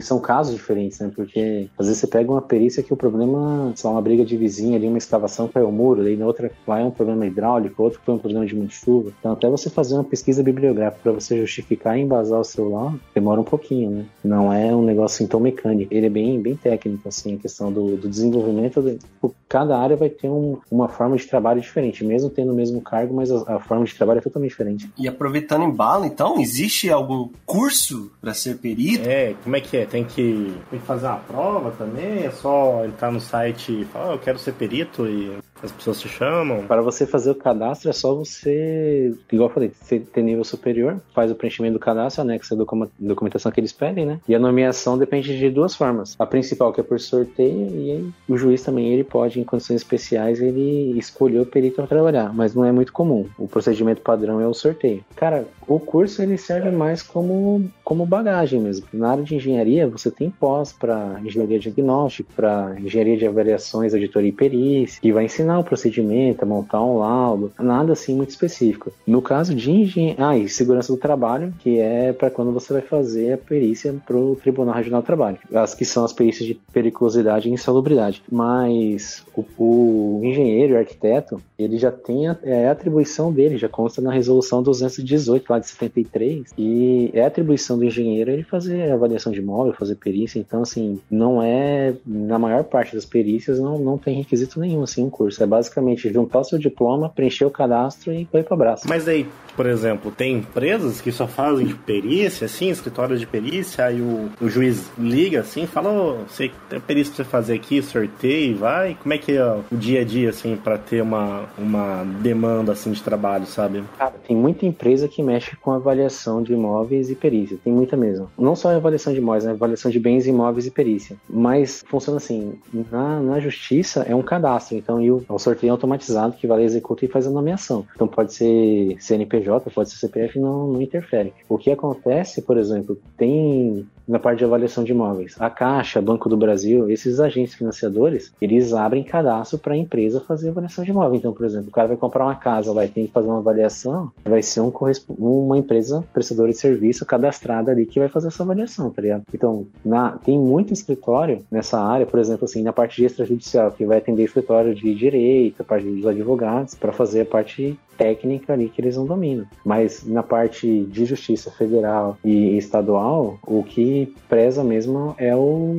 são casos diferentes, né? Porque às vezes você pega uma perícia que o problema, sei lá, uma briga de vizinha ali, uma escavação caiu o muro, daí na outra lá é um problema hidráulico, outro foi um problema de muita chuva. Então até você fazer uma pesquisa bibliográfica para você justificar e embasar o seu laudo, demora um pouquinho, né? Não é um negócio assim tão mecânico. Ele é bem técnico, assim, a questão do desenvolvimento. Cada área vai ter uma forma de trabalho diferente, mesmo tendo o mesmo cargo, mas a forma de trabalho é totalmente diferente. E aproveitando embalo, então, existe algum curso para ser perito? Como é que é? Tem que fazer uma prova também? É só entrar no site e falar, eu quero ser perito e as pessoas te chamam? Para você fazer o cadastro é só você, igual eu falei, você ter nível superior, faz o preenchimento do cadastro, anexa a documentação que eles pedem, né? E a nomeação depende de duas formas. A principal, que é por sorteio, e aí o juiz também, ele pode, em condições especiais, ele escolher o perito para trabalhar, mas não é muito comum. O procedimento padrão é o sorteio. Cara, o curso ele serve mais como bagagem mesmo. Na área de engenharia, você tem pós para engenharia diagnóstica, para engenharia de avaliações, auditoria e perícia, que vai ensinar o procedimento, a montar um laudo, nada assim muito específico. No caso de e segurança do trabalho, que é para quando você vai fazer a perícia para o Tribunal Regional do Trabalho, as que são as perícias de periculosidade e insalubridade. Mas o engenheiro e o arquiteto, ele já tem a atribuição dele, já consta na resolução 218 lá de 73, e é a atribuição do engenheiro ele fazer avaliação de imóvel, fazer perícia. Então assim, não é, na maior parte das perícias não tem requisito nenhum assim um curso, é basicamente juntar o seu diploma, preencher o cadastro e ir para o braço. Mas aí, por exemplo, tem empresas que só fazem de perícia, assim, escritórios de perícia, aí o juiz liga assim, fala, você tem perícia pra você fazer aqui, sorteio, vai? Como é que é o dia a dia, assim, pra ter uma demanda, assim, de trabalho, sabe? Cara, tem muita empresa que mexe com avaliação de imóveis e perícia, tem muita mesmo. Não só a avaliação de imóveis, né? Avaliação de bens imóveis e perícia. Mas funciona assim, na justiça é um cadastro, então o sorteio é automatizado que vai lá, executa e faz a nomeação. Então pode ser CNPJ, pode ser CPF, não interfere. O que acontece, por exemplo, tem na parte de avaliação de imóveis, a Caixa, Banco do Brasil, esses agentes financiadores, eles abrem cadastro para a empresa fazer avaliação de imóvel. Então, por exemplo, o cara vai comprar uma casa, vai ter que fazer uma avaliação, vai ser uma empresa prestadora de serviço cadastrada ali que vai fazer essa avaliação, tá ligado? Então, tem muito escritório nessa área, por exemplo, assim, na parte de extrajudicial, que vai atender escritório de direito, a parte dos advogados, para fazer a parte técnica ali que eles não dominam. Mas na parte de justiça federal e estadual, o que preza mesmo é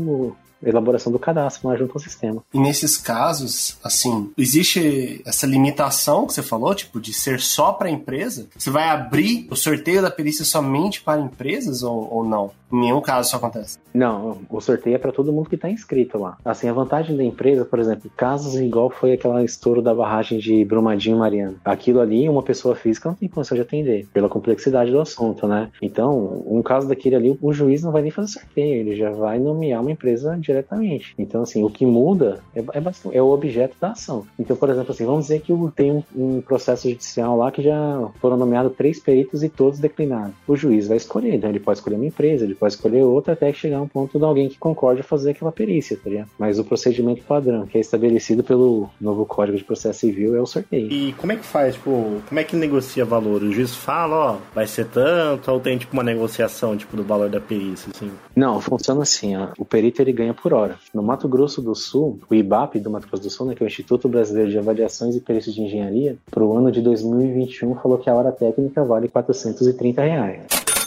a elaboração do cadastro lá junto ao sistema. E nesses casos, assim, existe essa limitação que você falou, tipo, de ser só para a empresa? Você vai abrir o sorteio da perícia somente para empresas ou não? Em nenhum caso isso acontece? Não, o sorteio é para todo mundo que está inscrito lá. Assim, a vantagem da empresa, por exemplo, casos igual foi aquele estouro da barragem de Brumadinho e Mariana. Aquilo ali, uma pessoa física não tem condição de atender, pela complexidade do assunto, né? Então, um caso daquele ali, o juiz não vai nem fazer sorteio, ele já vai nomear uma empresa diretamente. Então, assim, o que muda é o objeto da ação. Então, por exemplo, assim, vamos dizer que tem um processo judicial lá que já foram nomeados 3 peritos e todos declinaram. O juiz vai escolher, então ele pode escolher uma empresa, ele pode escolher outra até chegar a um ponto de alguém que concorde fazer aquela perícia, tá ligado? Mas o procedimento padrão, que é estabelecido pelo novo Código de Processo Civil, é o sorteio. E como é que faz, tipo, como é que negocia valor? O juiz fala, vai ser tanto, ou tem, tipo, uma negociação, tipo, do valor da perícia, assim? Não, funciona assim, ó. O perito, ele ganha por hora. No Mato Grosso do Sul, o IBAP do Mato Grosso do Sul, né, que é o Instituto Brasileiro de Avaliações e Perícias de Engenharia, para o ano de 2021, falou que a hora técnica vale R$430.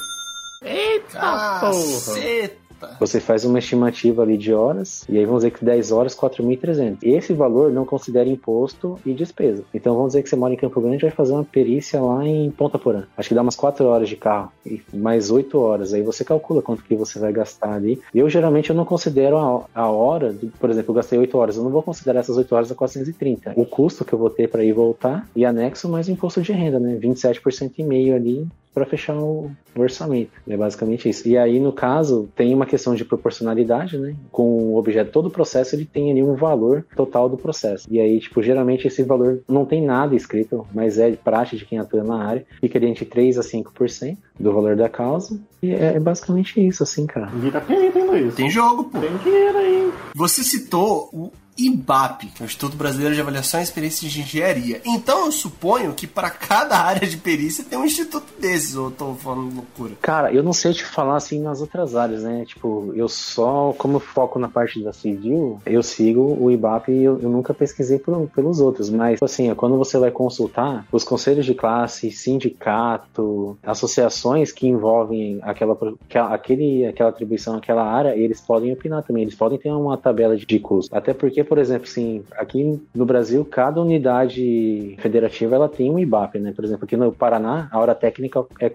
Eita, porra! Você faz uma estimativa ali de horas, e aí vamos dizer que 10 horas, 4.300. Esse valor não considera imposto e despesa. Então vamos dizer que você mora em Campo Grande e vai fazer uma perícia lá em Ponta Porã. Acho que dá umas 4 horas de carro, e mais 8 horas. Aí você calcula quanto que você vai gastar ali. Geralmente eu não considero a hora, por exemplo, eu gastei 8 horas, eu não vou considerar essas 8 horas a 430. O custo que eu vou ter para ir e voltar, e anexo mais o imposto de renda, né? 27,5% ali para fechar o orçamento. É basicamente isso. E aí, no caso, tem uma questão de proporcionalidade, né? Com o objeto, todo o processo, ele tem ali um valor total do processo. E aí, tipo, geralmente esse valor não tem nada escrito, mas é de praxe de quem atua na área. Fica ali entre 3% a 5% do valor da causa. E é basicamente isso, assim, cara. Vira perito, hein, Luiz? Tem jogo, pô. Tem dinheiro aí. Você citou IBAP, que é o Instituto Brasileiro de Avaliação e Experiência de Engenharia. Então eu suponho que para cada área de perícia tem um instituto desses, ou eu tô falando loucura? Cara, eu não sei te falar assim nas outras áreas, né? Tipo, eu só, como eu foco na parte da civil, eu sigo o IBAP e eu nunca pesquisei pelos outros, mas assim, quando você vai consultar os conselhos de classe, sindicato, associações que envolvem aquela atribuição, aquela área, eles podem opinar também, eles podem ter uma tabela de custo. Até porque, por exemplo, assim, aqui no Brasil, cada unidade federativa ela tem um IBAP, né? Por exemplo, aqui no Paraná, a hora técnica é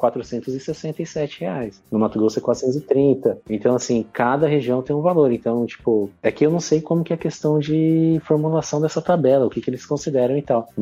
R$467. No Mato Grosso é 430. Então, assim, cada região tem um valor. Então, tipo, é que eu não sei como que é a questão de formulação dessa tabela, o que eles consideram e tal.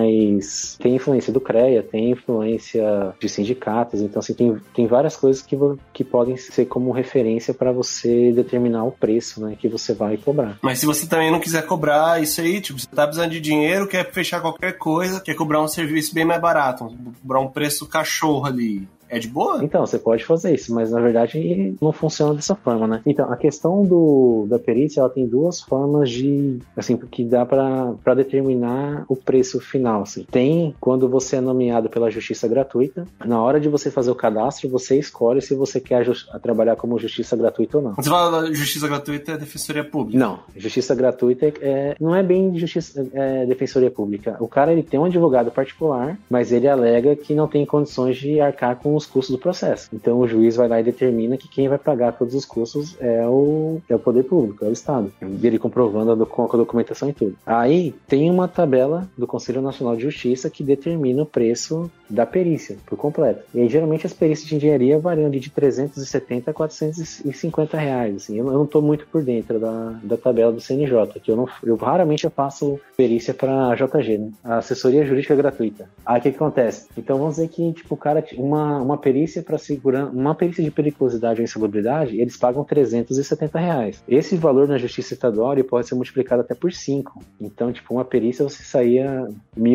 Mas tem influência do CREA, tem influência de sindicatos. Então, assim, tem várias coisas que podem ser como referência para você determinar o preço, né, que você vai cobrar. Mas se você também não quiser cobrar isso aí, tipo, você tá precisando de dinheiro, quer fechar qualquer coisa, quer cobrar um serviço bem mais barato, cobrar um preço cachorro ali, é de boa? Então, você pode fazer isso, mas na verdade não funciona dessa forma, né? Então, a questão da perícia, ela tem duas formas de, assim, que dá para determinar o preço final, assim. Tem quando você é nomeado pela Justiça Gratuita, na hora de você fazer o cadastro, você escolhe se você quer trabalhar como Justiça Gratuita ou não. Você fala Justiça Gratuita é Defensoria Pública? Não, Justiça Gratuita não é bem Defensoria Pública. O cara, ele tem um advogado particular, mas ele alega que não tem condições de arcar com os custos do processo. Então o juiz vai lá e determina que quem vai pagar todos os custos é o poder público, é o Estado. Ele comprovando com a documentação e tudo. Aí tem uma tabela do Conselho Nacional de Justiça que determina o preço da perícia por completo. E aí geralmente as perícias de engenharia variam de 370 a 450 reais. Assim. Eu não estou muito por dentro da tabela do CNJ, que eu raramente faço perícia para JG, né? A assessoria jurídica gratuita. Aí o que acontece? Então vamos dizer que tipo, o cara, uma perícia para segurança, uma perícia de periculosidade ou insalubridade, eles pagam 370 reais. Esse valor na justiça estadual ele pode ser multiplicado até por 5. Então, tipo, uma perícia você saía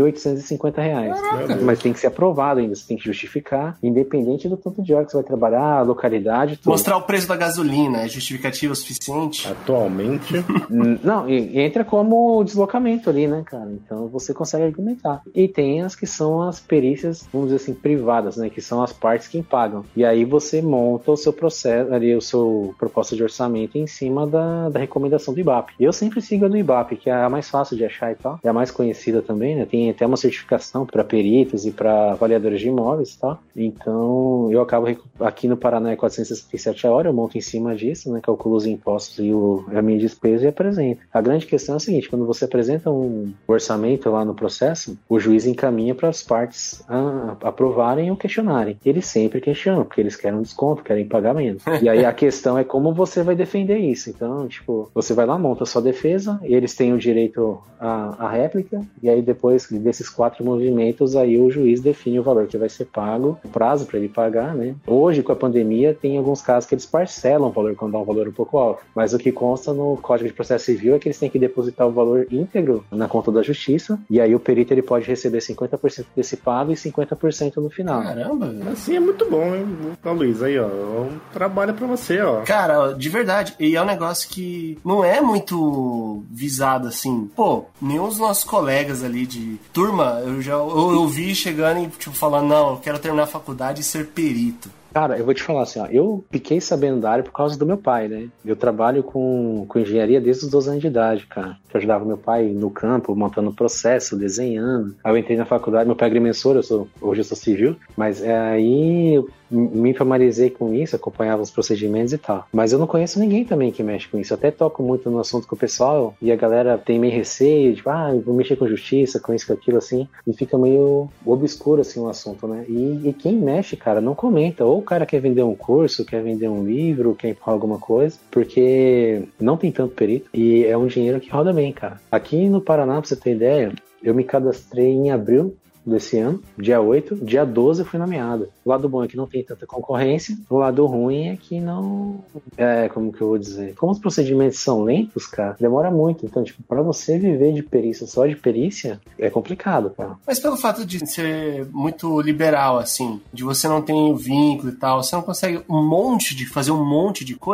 1.850 reais. Mas tem que ser aprovado ainda, você tem que justificar, independente do tanto de hora que você vai trabalhar, a localidade, tudo. Mostrar o preço da gasolina é justificativa o suficiente? Atualmente? Não, e entra como deslocamento ali, né, cara? Então você consegue argumentar. E tem as que são as perícias, vamos dizer assim, privadas, né, que são as partes que pagam. E aí você monta o seu processo, ali, o seu proposta de orçamento em cima da recomendação do IBAP. Eu sempre sigo a do IBAP, que é a mais fácil de achar e tal. É a mais conhecida também, né? Tem até uma certificação para peritos e para avaliadores de imóveis e tal. Então, eu acabo aqui no Paraná é 467 a hora, eu monto em cima disso, né? Calculo os impostos e a minha despesa e apresento. A grande questão é a seguinte, quando você apresenta um orçamento lá no processo, o juiz encaminha para as partes aprovarem ou questionarem. Eles sempre questionam, porque eles querem um desconto, querem pagar menos. E aí a questão é como você vai defender isso. Então, tipo, você vai lá, monta a sua defesa, eles têm o direito à réplica, e aí depois desses 4 movimentos, aí o juiz define o valor que vai ser pago, o prazo para ele pagar, né? Hoje, com a pandemia, tem alguns casos que eles parcelam o valor quando dá um valor um pouco alto, mas o que consta no Código de Processo Civil é que eles têm que depositar o valor íntegro na conta da justiça, e aí o perito ele pode receber 50% antecipado e 50% no final. Caramba, assim é muito bom, hein? Ó, Luiz, aí, ó, um trabalho pra você, ó. Cara, de verdade, e é um negócio que não é muito visado, assim. Pô, nem os nossos colegas ali de turma, eu vi chegando e, tipo, falando, não, eu quero terminar a faculdade e ser perito. Cara, eu vou te falar assim, ó, eu fiquei sabendo da área por causa do meu pai, né? Eu trabalho com engenharia desde os 12 anos de idade, cara. Eu ajudava meu pai no campo, montando processo, desenhando. Aí eu entrei na faculdade, meu pai é agrimensor, hoje eu sou civil, mas aí eu me familiarizei com isso, acompanhava os procedimentos e tal. Mas eu não conheço ninguém também que mexe com isso. Eu até toco muito no assunto com o pessoal e a galera tem meio receio, tipo, eu vou mexer com justiça, com isso, com aquilo, assim, e fica meio obscuro, assim, o assunto, né? E quem mexe, cara, não comenta. Ou o cara quer vender um curso, quer vender um livro, quer empurrar alguma coisa, porque não tem tanto perito e é um dinheiro que roda bem, cara. Aqui no Paraná, pra você ter ideia, eu me cadastrei em abril desse ano, dia 8, dia 12 eu fui nomeado. O lado bom é que não tem tanta concorrência, o lado ruim é que não... como que eu vou dizer? Como os procedimentos são lentos, cara, demora muito. Então, tipo, pra você viver de perícia, só de perícia, é complicado, cara. Mas pelo fato de ser muito liberal, assim, de você não ter vínculo e tal, você não consegue fazer um monte de coisa?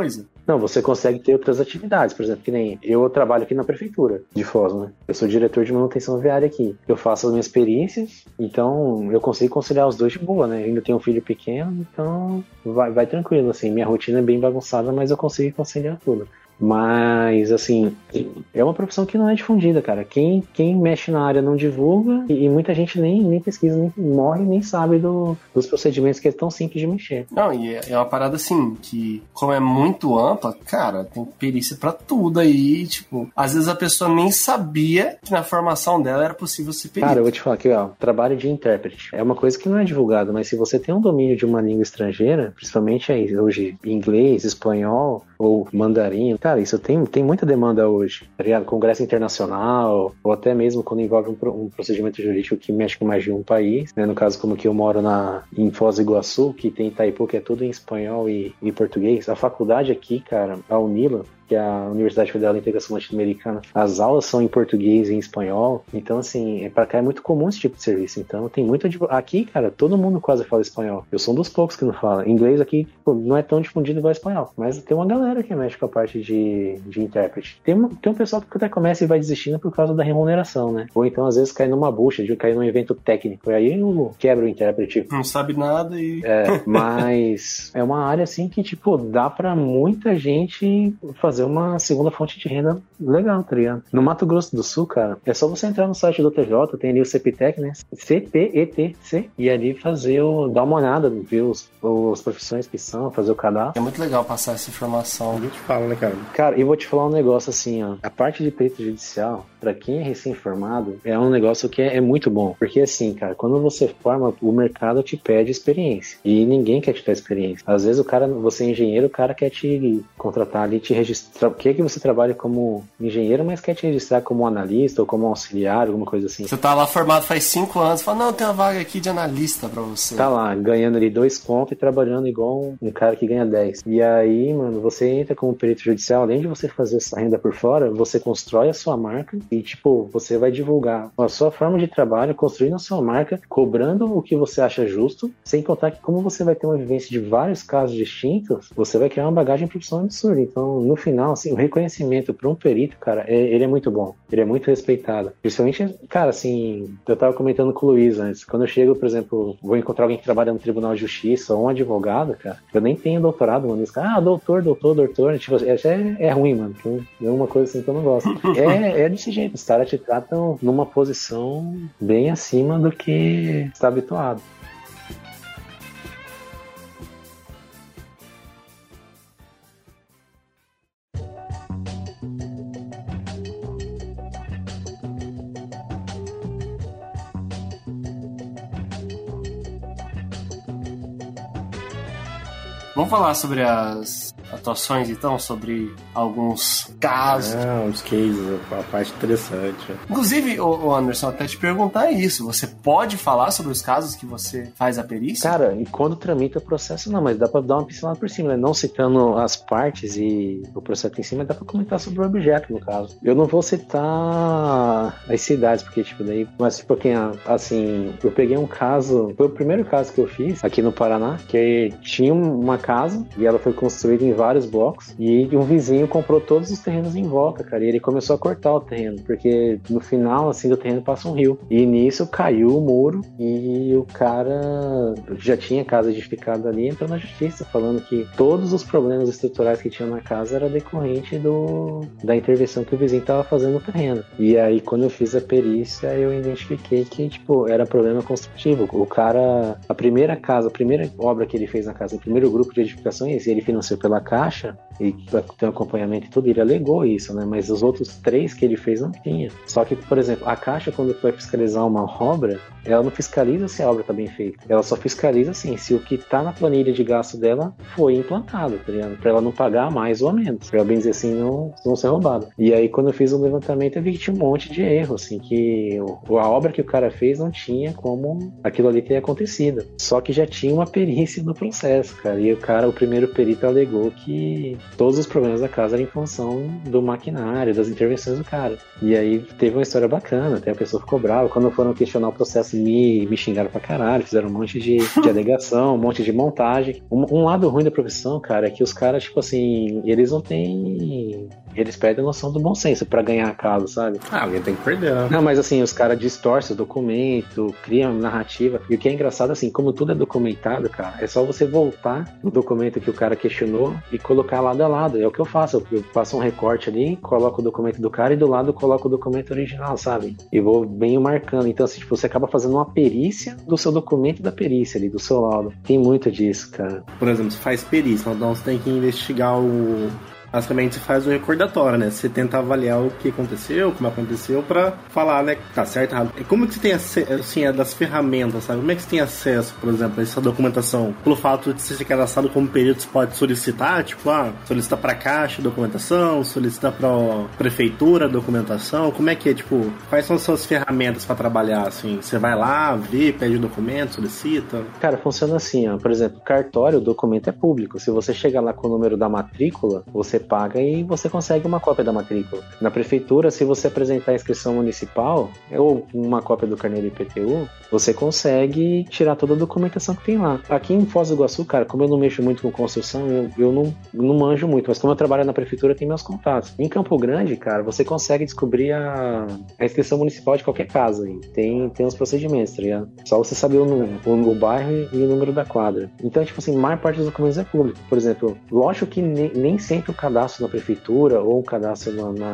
Não, você consegue ter outras atividades, por exemplo, que nem eu trabalho aqui na prefeitura de Foz, né? Eu sou diretor de manutenção viária aqui. Eu faço as minhas perícias, então eu consigo conciliar os dois de boa, né? Eu ainda tenho um filho pequeno, então vai tranquilo, assim. Minha rotina é bem bagunçada, mas eu consigo conciliar tudo. Mas, assim, é uma profissão que não é difundida, cara. Quem mexe na área não divulga e muita gente nem pesquisa, nem morre, nem sabe dos procedimentos que é tão simples de mexer. Não, e é uma parada assim, que como é muito ampla, cara, tem perícia pra tudo aí, tipo, às vezes a pessoa nem sabia que na formação dela era possível ser perito. Cara, eu vou te falar aqui, ó, trabalho de intérprete. É uma coisa que não é divulgada, mas se você tem um domínio de uma língua estrangeira, principalmente aí, hoje, inglês, espanhol ou mandarim, cara, isso tem muita demanda hoje, tá ligado? Congresso internacional, ou até mesmo quando envolve um procedimento jurídico que mexe com mais de um país, né? No caso, como que eu moro em Foz do Iguaçu, que tem Itaipu, que é tudo em espanhol e português. A faculdade aqui, cara, a UNILA, que é a Universidade Federal da Integração Latino-Americana, as aulas são em português e em espanhol, então assim, pra cá é muito comum esse tipo de serviço, então tem muito aqui, cara, todo mundo quase fala espanhol, eu sou um dos poucos que não fala, inglês aqui pô, não é tão difundido igual espanhol, mas tem uma galera que mexe com a parte de intérprete, tem um pessoal que até começa e vai desistindo por causa da remuneração, né, ou então às vezes cai numa bucha, de cair num evento técnico, e aí quebra o intérprete. Não sabe nada e... Mas é uma área assim que, tipo, dá pra muita gente fazer uma segunda fonte de renda legal, tá ligado? No Mato Grosso do Sul, cara, é só você entrar no site do TJ, tem ali o CPTEC, né? CPETC, e ali dar uma olhada, ver as profissões que são, fazer o cadastro. É muito legal passar essa informação. A gente fala, né, cara? Cara, e vou te falar um negócio assim, ó. A parte de perito judicial, pra quem é recém-formado, é um negócio que é muito bom. Porque assim, cara, quando você forma, o mercado te pede experiência. E ninguém quer te dar experiência. Às vezes você é engenheiro, o cara quer te contratar ali, te registrar. Quer que você trabalhe como engenheiro, mas quer te registrar como analista ou como auxiliar, alguma coisa assim. Você tá lá formado faz 5 anos, fala, não, tem uma vaga aqui de analista pra você. Tá lá, ganhando ali 2 contos e trabalhando igual um cara que ganha 10. E aí, mano, você entra como perito judicial, além de você fazer essa renda por fora, você constrói a sua marca e, tipo, você vai divulgar a sua forma de trabalho, construindo a sua marca, cobrando o que você acha justo, sem contar que como você vai ter uma vivência de vários casos distintos, você vai criar uma bagagem profissional absurda. Então, no final, assim, o reconhecimento para um perito, cara, ele é muito bom. Ele é muito respeitado. Principalmente, cara, assim, eu tava comentando com o Luiz antes. Quando eu chego, por exemplo, vou encontrar alguém que trabalha no Tribunal de Justiça ou um advogado, cara, eu nem tenho doutorado, mano. Eles falam, doutor. Tipo, é ruim, mano. É uma coisa assim que eu não gosto. É desse jeito. Os caras te tratam numa posição bem acima do que está habituado. Vamos falar sobre as atuações, então, sobre alguns casos. Os cases, a parte interessante. Inclusive, o Anderson, até te perguntar isso. Você pode falar sobre os casos que você faz a perícia? Cara, e quando tramita o processo, não, mas dá pra dar uma pincelada por cima, né? Não citando as partes e o processo em cima, dá pra comentar sobre o objeto, no caso. Eu não vou citar as cidades, porque, tipo, daí... Mas, tipo, assim, eu peguei um caso... Foi o primeiro caso que eu fiz aqui no Paraná, que tinha uma casa e ela foi construída em vários blocos e um vizinho comprou todos os terrenos em volta, cara, e ele começou a cortar o terreno, porque no final, assim, do terreno passa um rio. E nisso caiu o muro e o cara já tinha casa edificada ali, entrou na justiça falando que todos os problemas estruturais que tinha na casa era decorrente da intervenção que o vizinho estava fazendo no terreno. E aí, quando eu fiz a perícia, eu identifiquei que, tipo, era problema construtivo. O cara, a primeira obra que ele fez na casa, o primeiro grupo de edificações, ele financiou pela Caixa e tem um acompanhamento e tudo, ele alegou isso, né? Mas os outros 3 que ele fez não tinha. Só que, por exemplo, a Caixa, quando vai fiscalizar uma obra, ela não fiscaliza se a obra está bem feita. Ela só fiscaliza, assim, se o que está na planilha de gasto dela foi implantado, tá ligado? Pra ela não pagar mais ou a menos. Pra ela, bem dizer assim, não ser roubada. E aí, quando eu fiz o levantamento, eu vi que tinha um monte de erro, assim, que a obra que o cara fez não tinha como aquilo ali ter acontecido. Só que já tinha uma perícia no processo, cara. E o primeiro perito alegou que todos os problemas da casa eram em função do maquinário, das intervenções do cara. E aí teve uma história bacana, até a pessoa ficou brava. Quando foram questionar o processo, me xingaram pra caralho, fizeram um monte de alegação, um monte de montagem. Um lado ruim da profissão, cara, é que os caras, tipo assim, eles não têm... Eles perdem a noção do bom senso pra ganhar a causa, sabe? Alguém tem que perder, né? Não, mas assim, os caras distorcem o documento, criam narrativa. E o que é engraçado, assim, como tudo é documentado, cara, é só você voltar no documento que o cara questionou e colocar lado a lado. É o que eu faço. Eu faço um recorte ali, coloco o documento do cara e do lado coloco o documento original, sabe? E vou bem marcando. Então, assim, tipo, você acaba fazendo uma perícia do seu documento da perícia ali, do seu laudo. Tem muito disso, cara. Por exemplo, você faz perícia, então você tem que investigar o... Basicamente, você faz o recordatório, né? Você tenta avaliar o que aconteceu, como aconteceu, pra falar, né? Tá certo, errado. E como que você tem acesso, assim, das ferramentas, sabe? Como é que você tem acesso, por exemplo, a essa documentação? Pelo fato de você ser cadastrado como perito, você pode solicitar, tipo, solicita pra caixa documentação, solicita pra prefeitura documentação. Como é que é, tipo, quais são as suas ferramentas pra trabalhar, assim? Você vai lá, vê, pede o documento, solicita? Cara, funciona assim, ó. Por exemplo, cartório, o documento é público. Se você chegar lá com o número da matrícula, você paga e você consegue uma cópia da matrícula. Na prefeitura, se você apresentar a inscrição municipal ou uma cópia do carnê do IPTU, você consegue tirar toda a documentação que tem lá. Aqui em Foz do Iguaçu, cara, como eu não mexo muito com construção, eu não manjo muito, mas como eu trabalho na prefeitura, tem meus contatos. Em Campo Grande, cara, você consegue descobrir a inscrição municipal de qualquer casa. Aí. Tem uns procedimentos, tá ligado? Só você saber o bairro e o número da quadra. Então, tipo assim, a maior parte dos documentos é público. Por exemplo, lógico que nem sempre o cadastro na prefeitura ou o cadastro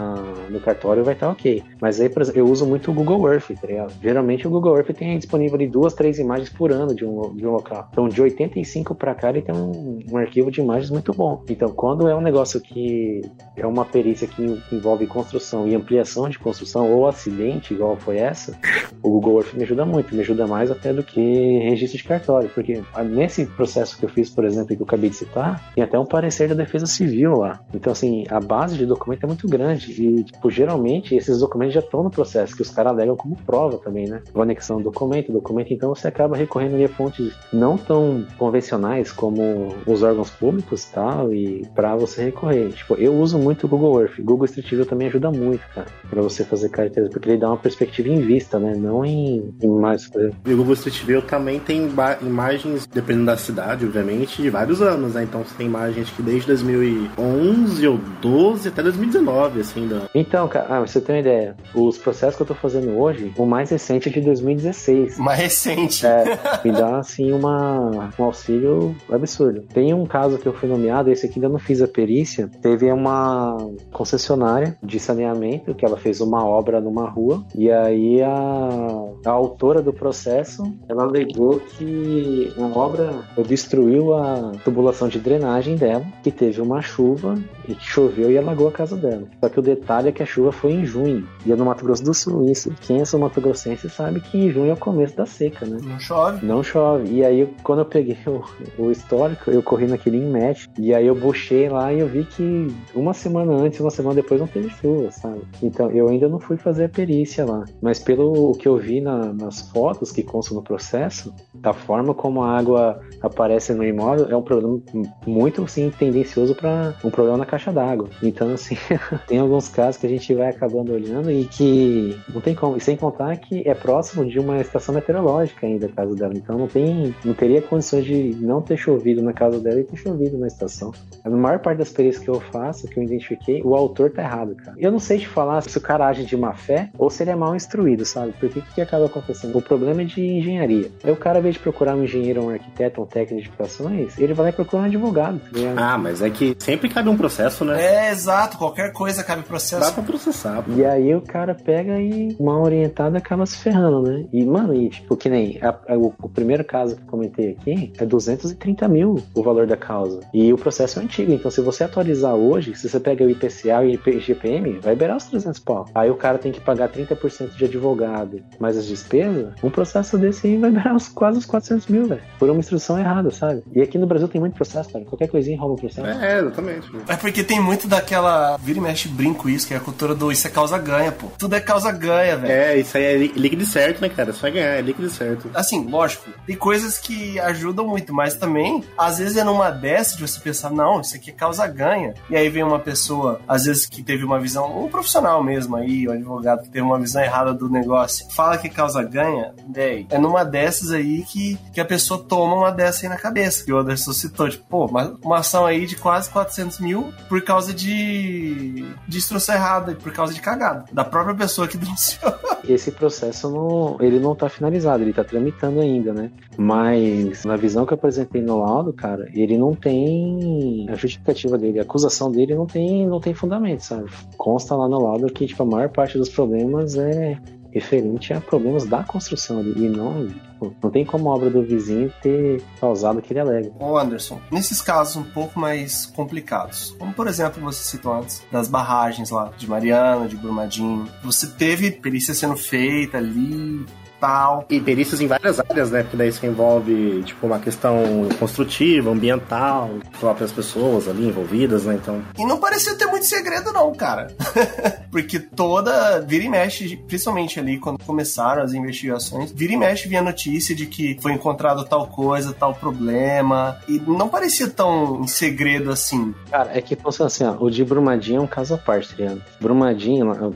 no cartório vai estar ok. Mas aí, por exemplo, eu uso muito o Google Earth, tá ligado? Geralmente o Google Earth tem disponível ali 2, 3 imagens por ano de um local. Então, de 85 pra cá, ele tem um arquivo de imagens muito bom. Então, quando é um negócio que é uma perícia que envolve construção e ampliação de construção ou acidente, igual foi essa, o Google Earth me ajuda muito. Me ajuda mais até do que registro de cartório. Porque nesse processo que eu fiz, por exemplo, que eu acabei de citar, tem até um parecer da Defesa Civil lá. Então, assim, a base de documento é muito grande e, tipo, geralmente esses documentos já estão no processo, que os caras alegam como prova também, né? O anexão do documento, então você acaba recorrendo ali a fontes não tão convencionais como os órgãos públicos e tal, e pra você recorrer. Tipo, eu uso muito o Google Earth. Google Street View também ajuda muito, cara, pra você fazer carteiras, porque ele dá uma perspectiva em vista, né? Não em imagens, por exemplo. E o Google Street View também tem imagens, dependendo da cidade, obviamente, de vários anos, né? Então você tem imagens que desde 2011 ou 12 até 2019, assim, da... Então, cara, pra você ter uma ideia, os processos que eu tô fazendo hoje, o mais recente é de 2016. Mais recente. Me dá, assim, um auxílio absurdo. Tem um caso que eu fui nomeado, esse aqui ainda não fiz a perícia, teve uma concessionária de saneamento, que ela fez uma obra numa rua, e aí a autora do processo, ela alegou que a obra obstruiu a tubulação de drenagem dela, que teve uma chuva e que choveu e alagou a casa dela. Só que o detalhe é que a chuva foi em junho, e é no Mato Grosso do Sul. Isso, quem é sul-mato-grossense sabe que em junho é o começo da seca, né? Não chove. E aí, quando eu peguei o histórico, eu corri naquele InMatch, e aí eu buchei lá e eu vi que uma semana antes, uma semana depois não teve chuva, sabe? Então, eu ainda não fui fazer a perícia lá. Mas pelo que eu vi nas fotos que constam no processo, da forma como a água aparece no imóvel, é um problema muito, assim, tendencioso para um problema na caixa d'água. Então, assim, tem alguns casos que a gente vai acabando olhando e que não tem como. E sem contar que é próximo de uma estação meteorológica ainda a casa dela. Então não teria condições de não ter chovido na casa dela e ter chovido na estação. A maior parte das perícias que eu faço, que eu identifiquei, o autor tá errado, cara. Eu não sei te falar se o cara age de má fé ou se ele é mal instruído, sabe? Porque o que acaba acontecendo? O problema é de engenharia. Aí o cara, ao invés de procurar um engenheiro, um arquiteto, um técnico de edificações, ele vai lá e procura um advogado. Tá? Mas é que sempre cabe um processo, né? Exato. Qualquer coisa cabe processo. Dá pra processar. Pô. E aí o cara pega e mal orientado acaba se ferrando, né? E, mano, tipo, que nem o primeiro caso que eu comentei aqui é 230 mil o valor da causa. E o processo é antigo, então se você atualizar hoje, se você pega o IPCA e o IGPM, vai beirar os 300 pau. Aí o cara tem que pagar 30% de advogado mais as despesas, um processo desse aí vai beirar quase os 400 mil, velho. Por uma instrução errada, sabe? E aqui no Brasil tem muito processo, cara. Qualquer coisinha rouba um processo. Exatamente. É porque tem muito daquela... Vira e mexe brinco isso, que é a cultura do isso é causa-ganha, pô. Tudo é causa-ganha, velho. É, isso aí é líquido certo, né, cara? Só vai ganhar, é líquido certo. Assim, lógico, tem coisas que ajudam muito, mas também, às vezes é numa dessa de você pensar, não, isso aqui é causa-ganha. E aí vem uma pessoa, às vezes que teve uma visão, um profissional mesmo aí, um advogado que teve uma visão errada do negócio, fala que causa-ganha, daí é numa dessas aí que a pessoa toma uma dessa aí na cabeça, que o Anderson citou, tipo, pô, uma ação aí de quase 400 mil por causa de instrução errada, por causa de cagada, da própria pessoa que denunciou. Esse processo ele não tá finalizado, ele tá tramitando ainda, né? Mas na visão que eu apresentei no laudo, cara, ele não tem a justificativa dele, a acusação dele não tem fundamento, sabe? Consta lá no laudo que, tipo, a maior parte dos problemas é referente a problemas da construção e não tem como a obra do vizinho ter causado aquele alega. Ô Anderson, nesses casos um pouco mais complicados, como por exemplo você citou antes das barragens lá de Mariana, de Brumadinho, você teve perícia sendo feita ali, tal. E perícias em várias áreas, né? Porque daí isso envolve, tipo, uma questão construtiva, ambiental, próprias pessoas ali envolvidas, né? Então... E não parecia ter muito segredo não, cara. Porque vira e mexe, principalmente ali quando começaram as investigações, vira e mexe vinha notícia de que foi encontrado tal coisa, tal problema, e não parecia tão em segredo assim. Cara, é que funciona assim, ó, o de Brumadinho é um caso à parte, tá ligado? Brumadinho,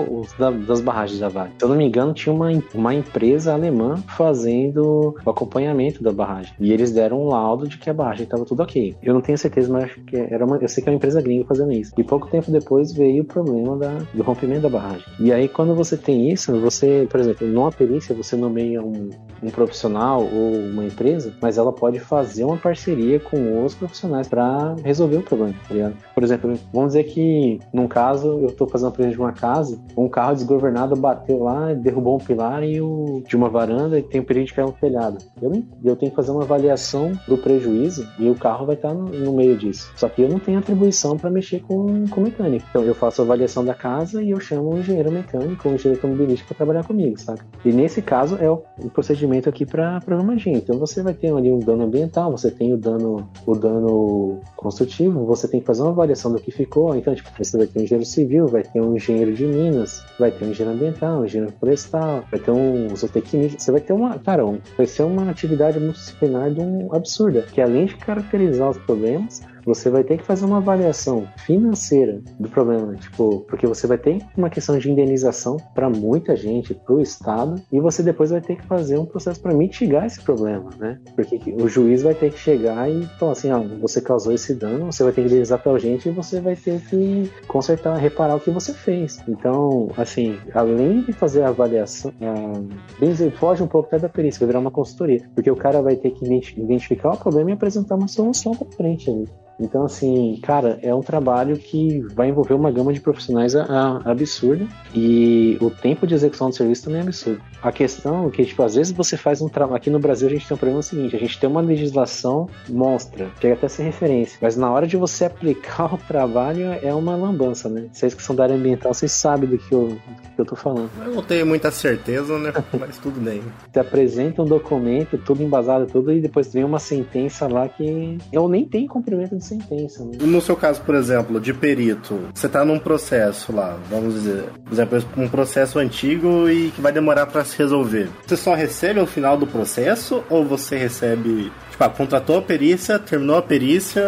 das barragens da Vale. Se eu não me engano, tinha uma empresa alemã fazendo o acompanhamento da barragem. E eles deram um laudo de que a barragem estava tudo ok. Eu não tenho certeza, mas acho que eu sei que é uma empresa gringa fazendo isso. E pouco tempo depois veio o problema do rompimento da barragem. E aí, quando você tem isso, você, por exemplo, numa perícia, você nomeia um profissional ou uma empresa, mas ela pode fazer uma parceria com outros profissionais para resolver o problema, tá ligado? Por exemplo, vamos dizer que, num caso, eu estou fazendo a presença de uma casa, um carro desgovernado bateu lá, derrubou um pilar de uma varanda e tem um perigo de cair no telhado. Eu tenho que fazer uma avaliação do prejuízo e o carro vai estar no meio disso. Só que eu não tenho atribuição para mexer com mecânico. Então eu faço a avaliação da casa e eu chamo um engenheiro mecânico, um engenheiro automobilístico para trabalhar comigo, sabe? E nesse caso é o procedimento aqui para Brumadinho. Então você vai ter ali um dano ambiental, você tem o dano construtivo, você tem que fazer uma avaliação do que ficou. Então, tipo, você vai ter um engenheiro civil, vai ter um engenheiro de minas, vai ter um engenheiro ambiental, um engenheiro florestal, vai ter um zootecnista. Você vai ter vai ser uma atividade multidisciplinar absurda, que além de caracterizar os problemas, você vai ter que fazer uma avaliação financeira do problema, tipo, porque você vai ter uma questão de indenização para muita gente, para o Estado, e você depois vai ter que fazer um processo para mitigar esse problema, né? Porque o juiz vai ter que chegar e falar assim, você causou esse dano, você vai ter que indenizar tal gente e você vai ter que consertar, reparar o que você fez. Então, assim, além de fazer a avaliação, foge um pouco até da perícia, vai virar uma consultoria, porque o cara vai ter que identificar o problema e apresentar uma solução para frente ali. Então, assim, cara, é um trabalho que vai envolver uma gama de profissionais absurda e o tempo de execução do serviço também é absurdo. A questão é que, tipo, às vezes você faz um trabalho... Aqui no Brasil a gente tem um problema seguinte, a gente tem uma legislação monstra, chega até a ser referência, mas na hora de você aplicar o trabalho é uma lambança, né? Vocês que são da área ambiental, vocês sabem do que eu tô falando. Eu não tenho muita certeza, né? Mas tudo bem. Você apresenta um documento, tudo embasado, tudo, e depois vem uma sentença lá que eu nem tenho cumprimento de sentença, né? No seu caso, por exemplo, de perito, você tá num processo lá, vamos dizer, por exemplo, um processo antigo e que vai demorar pra se resolver. Você só recebe ao final do processo ou você recebe, tipo, contratou a perícia, terminou a perícia,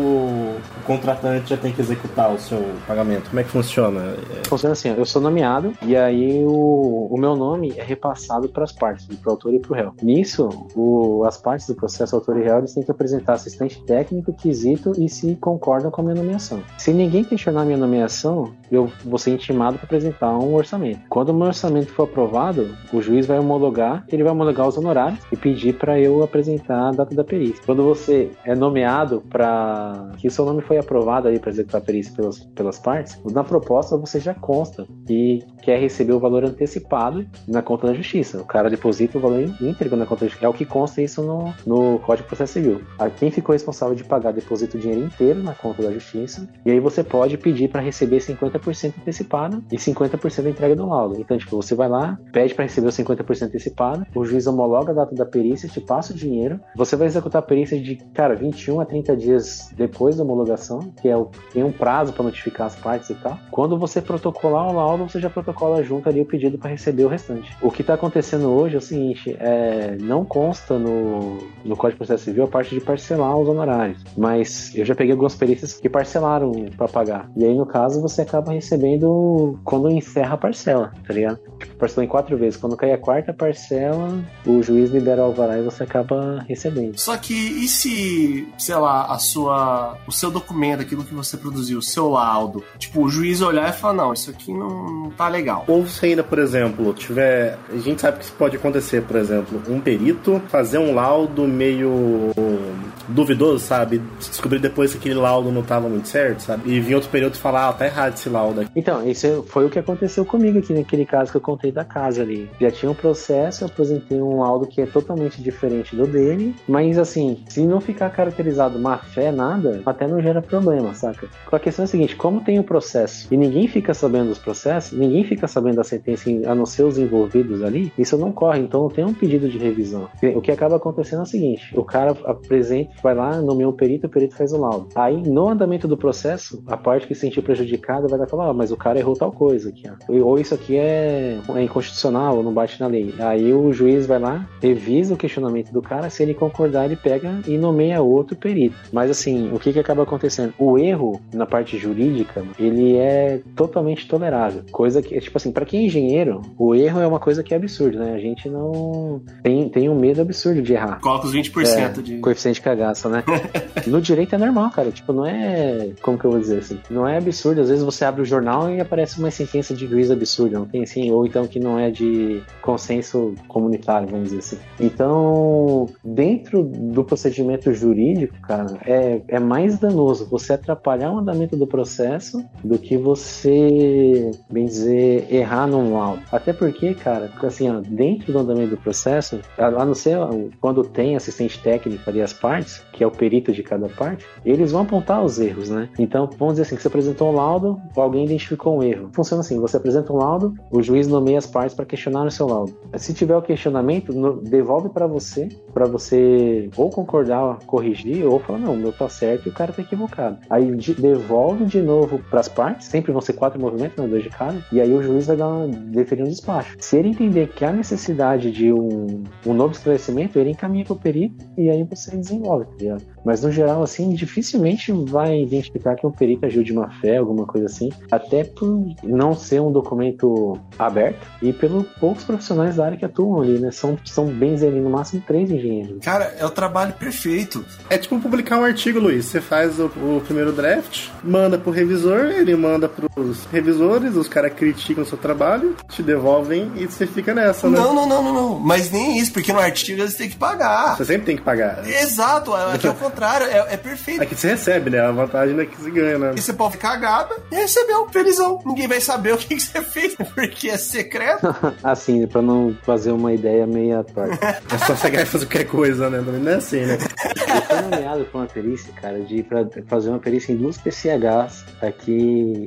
ou o contratante já tem que executar o seu pagamento? Como é que funciona? Funciona assim, eu sou nomeado e aí o meu nome é repassado para as partes, para o autor e para o réu. Nisso, as partes do processo autor e réu, eles têm que apresentar assistente técnico, quesito e se concordam com a minha nomeação. Se ninguém questionar a minha nomeação, eu vou ser intimado para apresentar um orçamento. Quando o meu orçamento for aprovado, o juiz vai homologar, ele vai homologar os honorários e pedir para eu apresentar a data da perícia. Quando você é nomeado para que o seu nome foi aprovado aí para executar a perícia pelas partes, na proposta você já consta que quer receber o valor antecipado na conta da justiça. O cara deposita o valor íntegro na conta da justiça. É o que consta isso no Código de Processo Civil. Quem ficou responsável de pagar deposita o dinheiro inteiro na conta da justiça e aí você pode pedir para receber 50% antecipado e 50% da entrega do laudo. Então, tipo, você vai lá, pede para receber o 50% antecipado, o juiz homologa a data da perícia, te passa o dinheiro, você vai executar a perícia de, cara, 21 a 30 dias depois da homologação, que tem um prazo para notificar as partes e tal. Quando você protocolar o laudo, você já protocola junto ali o pedido para receber o restante. O que está acontecendo hoje é o seguinte, não consta no Código de Processo Civil a parte de parcelar os honorários, mas eu já peguei algumas perícias que parcelaram para pagar. E aí, no caso, você acaba recebendo quando encerra a parcela, tá ligado? Tipo, parcelou em 4 vezes. Quando cai a 4ª parcela, o juiz libera o alvará e você acaba recebendo. Só que e se, sei lá, o seu documento, aquilo que você produziu, o seu laudo, tipo, o juiz olhar e falar, não, isso aqui não tá legal. Ou se ainda, por exemplo, a gente sabe que isso pode acontecer, por exemplo, um perito fazer um laudo meio duvidoso, sabe? Descobrir depois que aquele laudo não tava muito certo, sabe? E vir outro perito e falar, tá errado esse laudo aqui. Então, isso foi o que aconteceu comigo aqui naquele caso que eu contei da casa ali. Já tinha um processo, eu apresentei um laudo que é totalmente diferente do dele, mas assim, se não ficar caracterizado má fé, nada, até não gera problema, saca? A questão é a seguinte, como tem o processo e ninguém fica sabendo dos processos, ninguém fica sabendo da sentença, a não ser os envolvidos ali, isso não corre, então não tem um pedido de revisão. O que acaba acontecendo é o seguinte, o cara apresenta, vai lá, nomeia um perito, o perito faz o laudo. Aí, no andamento do processo, a parte que se sentiu prejudicada vai lá falar, mas o cara errou tal coisa aqui, ó. Ou isso aqui é inconstitucional, ou não bate na lei. Aí o juiz vai lá, revisa o questionamento do cara, se ele concordar, ele pega e nomeia outro perito. Mas assim, o que acaba acontecendo? O erro na parte jurídica, ele é totalmente tolerável. Coisa que, tipo assim, pra quem é engenheiro, o erro é uma coisa que é absurda, né? A gente não tem um medo absurdo de errar. Coloca os 20% de coeficiente de cagaço, né? No direito é normal, cara. Tipo, não é... Como que eu vou dizer assim? Não é absurdo. Às vezes você abre o jornal e aparece uma sentença de juiz absurda, não tem assim? Ou então que não é de consenso comunitário, vamos dizer assim. Então, dentro do procedimento jurídico, cara, é mais danoso você atrapalhar o andamento do processo do que você, bem dizer, errar num laudo. Até porque, cara, assim, ó, dentro do andamento do processo, a não ser quando tem assistente técnico ali as partes, que é o perito de cada parte, eles vão apontar os erros, né? Então, vamos dizer assim, que você apresentou um laudo, alguém identificou um erro. Funciona assim, você apresenta um laudo, o juiz nomeia as partes para questionar o seu laudo. Se tiver o questionamento, devolve para você ou concordar, corrigir, ou falar, não, o meu tá certo e o cara tá equivocado. Aí devolve de novo para as partes, sempre vão ser 4 movimentos, não 2 de cada, e aí o juiz vai deferir um despacho. Se ele entender que há necessidade de um novo esclarecimento, ele encaminha pro perito e aí você desenvolve, tá ligado? Mas no geral, assim, dificilmente vai identificar que um perito agiu de má fé, alguma coisa assim, até por não ser um documento aberto e pelos poucos profissionais da área que atuam ali, né? São bem ali, no máximo 3 engenheiros. Cara, é o trabalho perfeito. É tipo publicar um artigo, Luiz. Você faz o primeiro draft, manda pro revisor, ele manda pros revisores, os caras criticam o seu trabalho, te devolvem e você fica nessa, né? Não. Mas nem isso, porque no artigo eles têm que pagar. Você sempre tem que pagar. Exato, aqui é o contrário, é perfeito. Aqui você recebe, né? A vantagem é que você ganha, né? E você pode ficar cagada e recebeu, felizão. Ninguém vai saber o que você fez, porque é secreto. Assim, pra não fazer uma ideia meia torta. É só chegar e fazer qualquer coisa, né? Não é assim, né? Eu fui nomeado pra uma perícia, cara, pra fazer uma perícia em 2 PCHs aqui...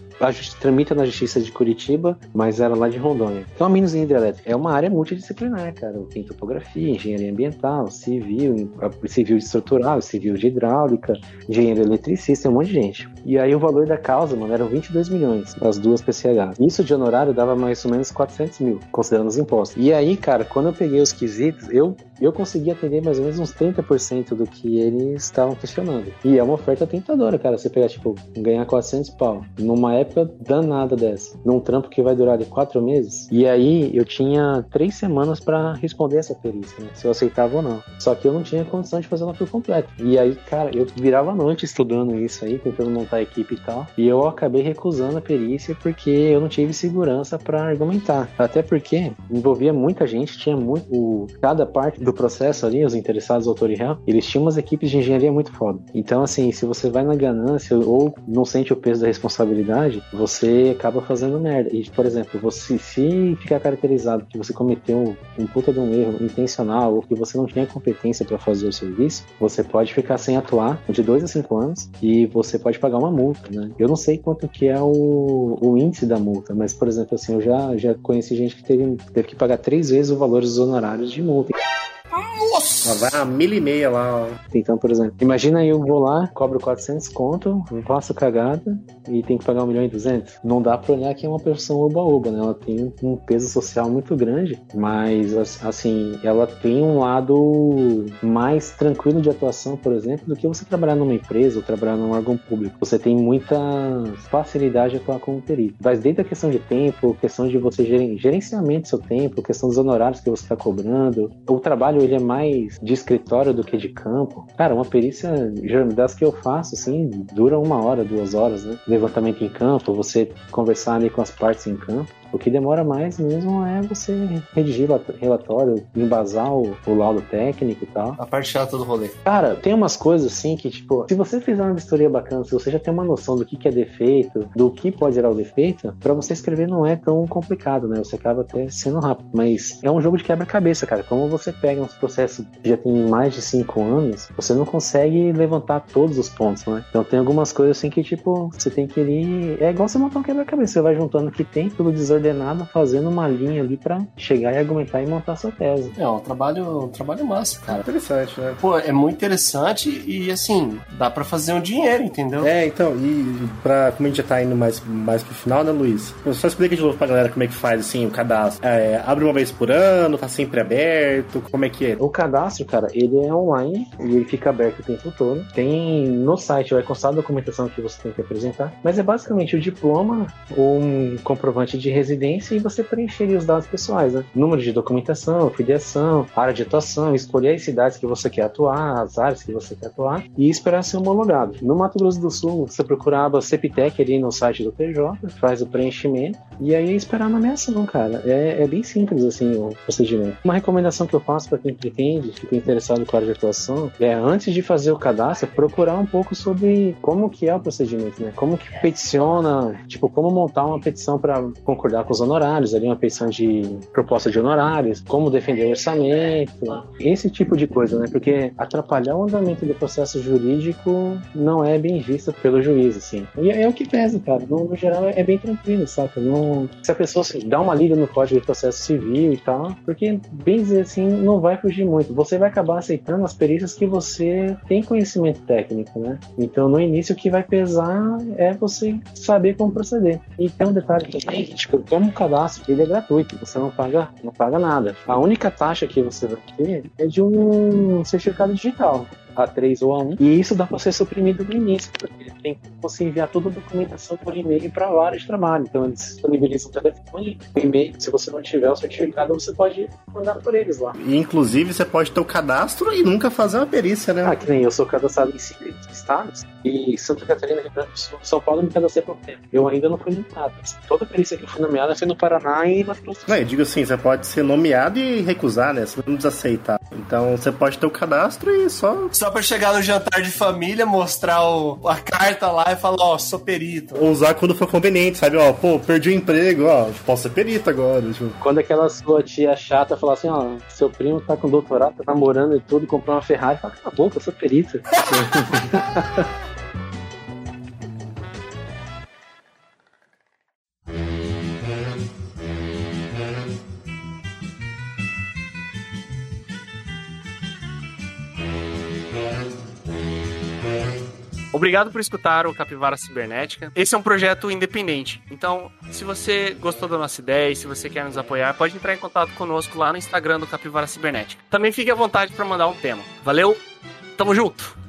tramita na Justiça de Curitiba, mas era lá de Rondônia. Então, a Minas Hidrelétrica é uma área multidisciplinar, cara. Tem topografia, engenharia ambiental, civil estrutural, civil de hidráulica, engenheiro eletricista, tem um monte de gente. E aí o valor da causa, mano, eram 22 milhões, as 2 PCHs. Isso de honorário dava mais ou menos 400 mil, considerando os impostos. E aí, cara, quando eu peguei os quesitos, eu consegui atender mais ou menos uns 30% do que eles estavam questionando. E é uma oferta tentadora, cara. Você pegar, tipo, ganhar 400 pau numa época danada dessa, num trampo que vai durar de 4 meses. E aí eu tinha 3 semanas pra responder essa perícia, né? Se eu aceitava ou não. Só que eu não tinha condição de fazer ela por completo. E aí, cara, eu virava a noite estudando isso aí, tentando montar a equipe e tal. E eu acabei recusando a perícia porque eu não tive segurança pra argumentar. Até porque envolvia muita gente, tinha muito... Cada parte do processo ali, os interessados, autor e réu, eles tinham umas equipes de engenharia muito foda. Então, assim, se você vai na ganância ou não sente o peso da responsabilidade, você acaba fazendo merda. E, por exemplo, se ficar caracterizado que você cometeu um puta de um erro intencional ou que você não tinha competência para fazer o serviço, você pode ficar sem atuar de 2 a 5 anos e você pode pagar uma multa, né? Eu não sei quanto que é o índice da multa, mas, por exemplo, assim, eu já conheci gente que teve que pagar 3 vezes o valor dos honorários de multa. Nossa! Vai a 1.500 lá, ó. Então, por exemplo, imagina eu vou lá, cobro 400 conto, faço cagada e tem que pagar 1.200.000. Não dá pra olhar que é uma profissão oba-oba, né? Ela tem um peso social muito grande, mas, assim, ela tem um lado mais tranquilo de atuação, por exemplo, do que você trabalhar numa empresa ou trabalhar num órgão público. Você tem muita facilidade de atuar como perito. Mas desde a questão de tempo, questão de você gerenciamento do seu tempo, questão dos honorários que você está cobrando, o trabalho ele é mais de escritório do que de campo. Cara, uma perícia das que eu faço, assim, dura 1 hora, 2 horas, né? Levantamento em campo, você conversar ali com as partes em campo. O que demora mais mesmo é você redigir relatório, embasar o laudo técnico e tal. A parte chata do rolê. Cara, tem umas coisas assim que, tipo, se você fizer uma vistoria bacana, se você já tem uma noção do que é defeito, do que pode gerar o defeito, pra você escrever não é tão complicado, né? Você acaba até sendo rápido. Mas é um jogo de quebra-cabeça, cara. Como você pega uns processos que já tem mais de 5 anos, você não consegue levantar todos os pontos, né? Então tem algumas coisas assim que, tipo, você tem que ir... É igual você montar um quebra-cabeça. Você vai juntando o que tem, tudo desordenado, fazendo uma linha ali pra chegar e argumentar e montar sua tese. É um trabalho massa, cara. Interessante, né? Pô, é muito interessante e, assim, dá pra fazer um dinheiro, entendeu? Então, e como a gente já tá indo mais pro final, né, Luiz? Só explica de novo pra galera como é que faz, assim, o cadastro. Abre uma vez por ano, tá sempre aberto, como é que é? O cadastro, cara, ele é online e ele fica aberto o tempo todo. Tem no site, vai constar a documentação que você tem que apresentar, mas é basicamente o diploma ou um comprovante de residência e você preencher ali os dados pessoais, né? Número de documentação, filiação, área de atuação, escolher as cidades que você quer atuar, as áreas que você quer atuar e esperar ser homologado. No Mato Grosso do Sul, você procura a aba CEPTEC ali no site do TJ, faz o preenchimento e aí esperar a nomeação, cara. É bem simples, assim, o procedimento. Uma recomendação que eu faço para quem pretende, fica interessado com a área de atuação, é antes de fazer o cadastro, procurar um pouco sobre como que é o procedimento, né? Como que peticiona, tipo, como montar uma petição para concordar com os honorários, ali uma petição de proposta de honorários, como defender o orçamento, esse tipo de coisa, né? Porque atrapalhar o andamento do processo jurídico não é bem visto pelo juiz, assim. E é o que pesa, cara. No geral é bem tranquilo, saca? Se a pessoa dá uma liga no Código de Processo Civil e tal, porque, bem dizer assim, não vai fugir muito. Você vai acabar aceitando as perícias que você tem conhecimento técnico, né? Então, no início, o que vai pesar é você saber como proceder. E tem um detalhe também, tipo, como o cadastro, ele é gratuito, você não paga nada. A única taxa que você vai ter é de um certificado digital, A3 ou A1, e isso dá para ser suprimido no início, porque tem que você enviar toda a documentação por e-mail para a área de trabalho. Então eles disponibilizam o telefone, o e-mail. Se você não tiver o certificado, você pode mandar por eles lá. E inclusive você pode ter o cadastro e nunca fazer uma perícia, né? Que nem eu sou cadastrado em 5 estados, e Santa Catarina, Rio Grande do Sul, São Paulo me cadastrei por tempo. Eu ainda não fui nomeado. Toda perícia que eu fui nomeada foi no Paraná e na Mato. Não, eu digo assim, você pode ser nomeado e recusar, né? Você não precisa aceitar. Então você pode ter o cadastro e só pra chegar no jantar de família, mostrar a carta lá e falar, ó, sou perito. Ou usar quando for conveniente, sabe? Ó, pô, perdi o emprego, ó, posso ser perito agora. Tipo. Quando aquela sua tia chata falar assim, ó, seu primo tá com doutorado, tá namorando e tudo, comprou uma Ferrari, fala, cala a boca, eu sou perito. Obrigado por escutar o Capivara Cibernética. Esse é um projeto independente. Então, se você gostou da nossa ideia e se você quer nos apoiar, pode entrar em contato conosco lá no Instagram do Capivara Cibernética. Também fique à vontade para mandar um tema. Valeu, tamo junto!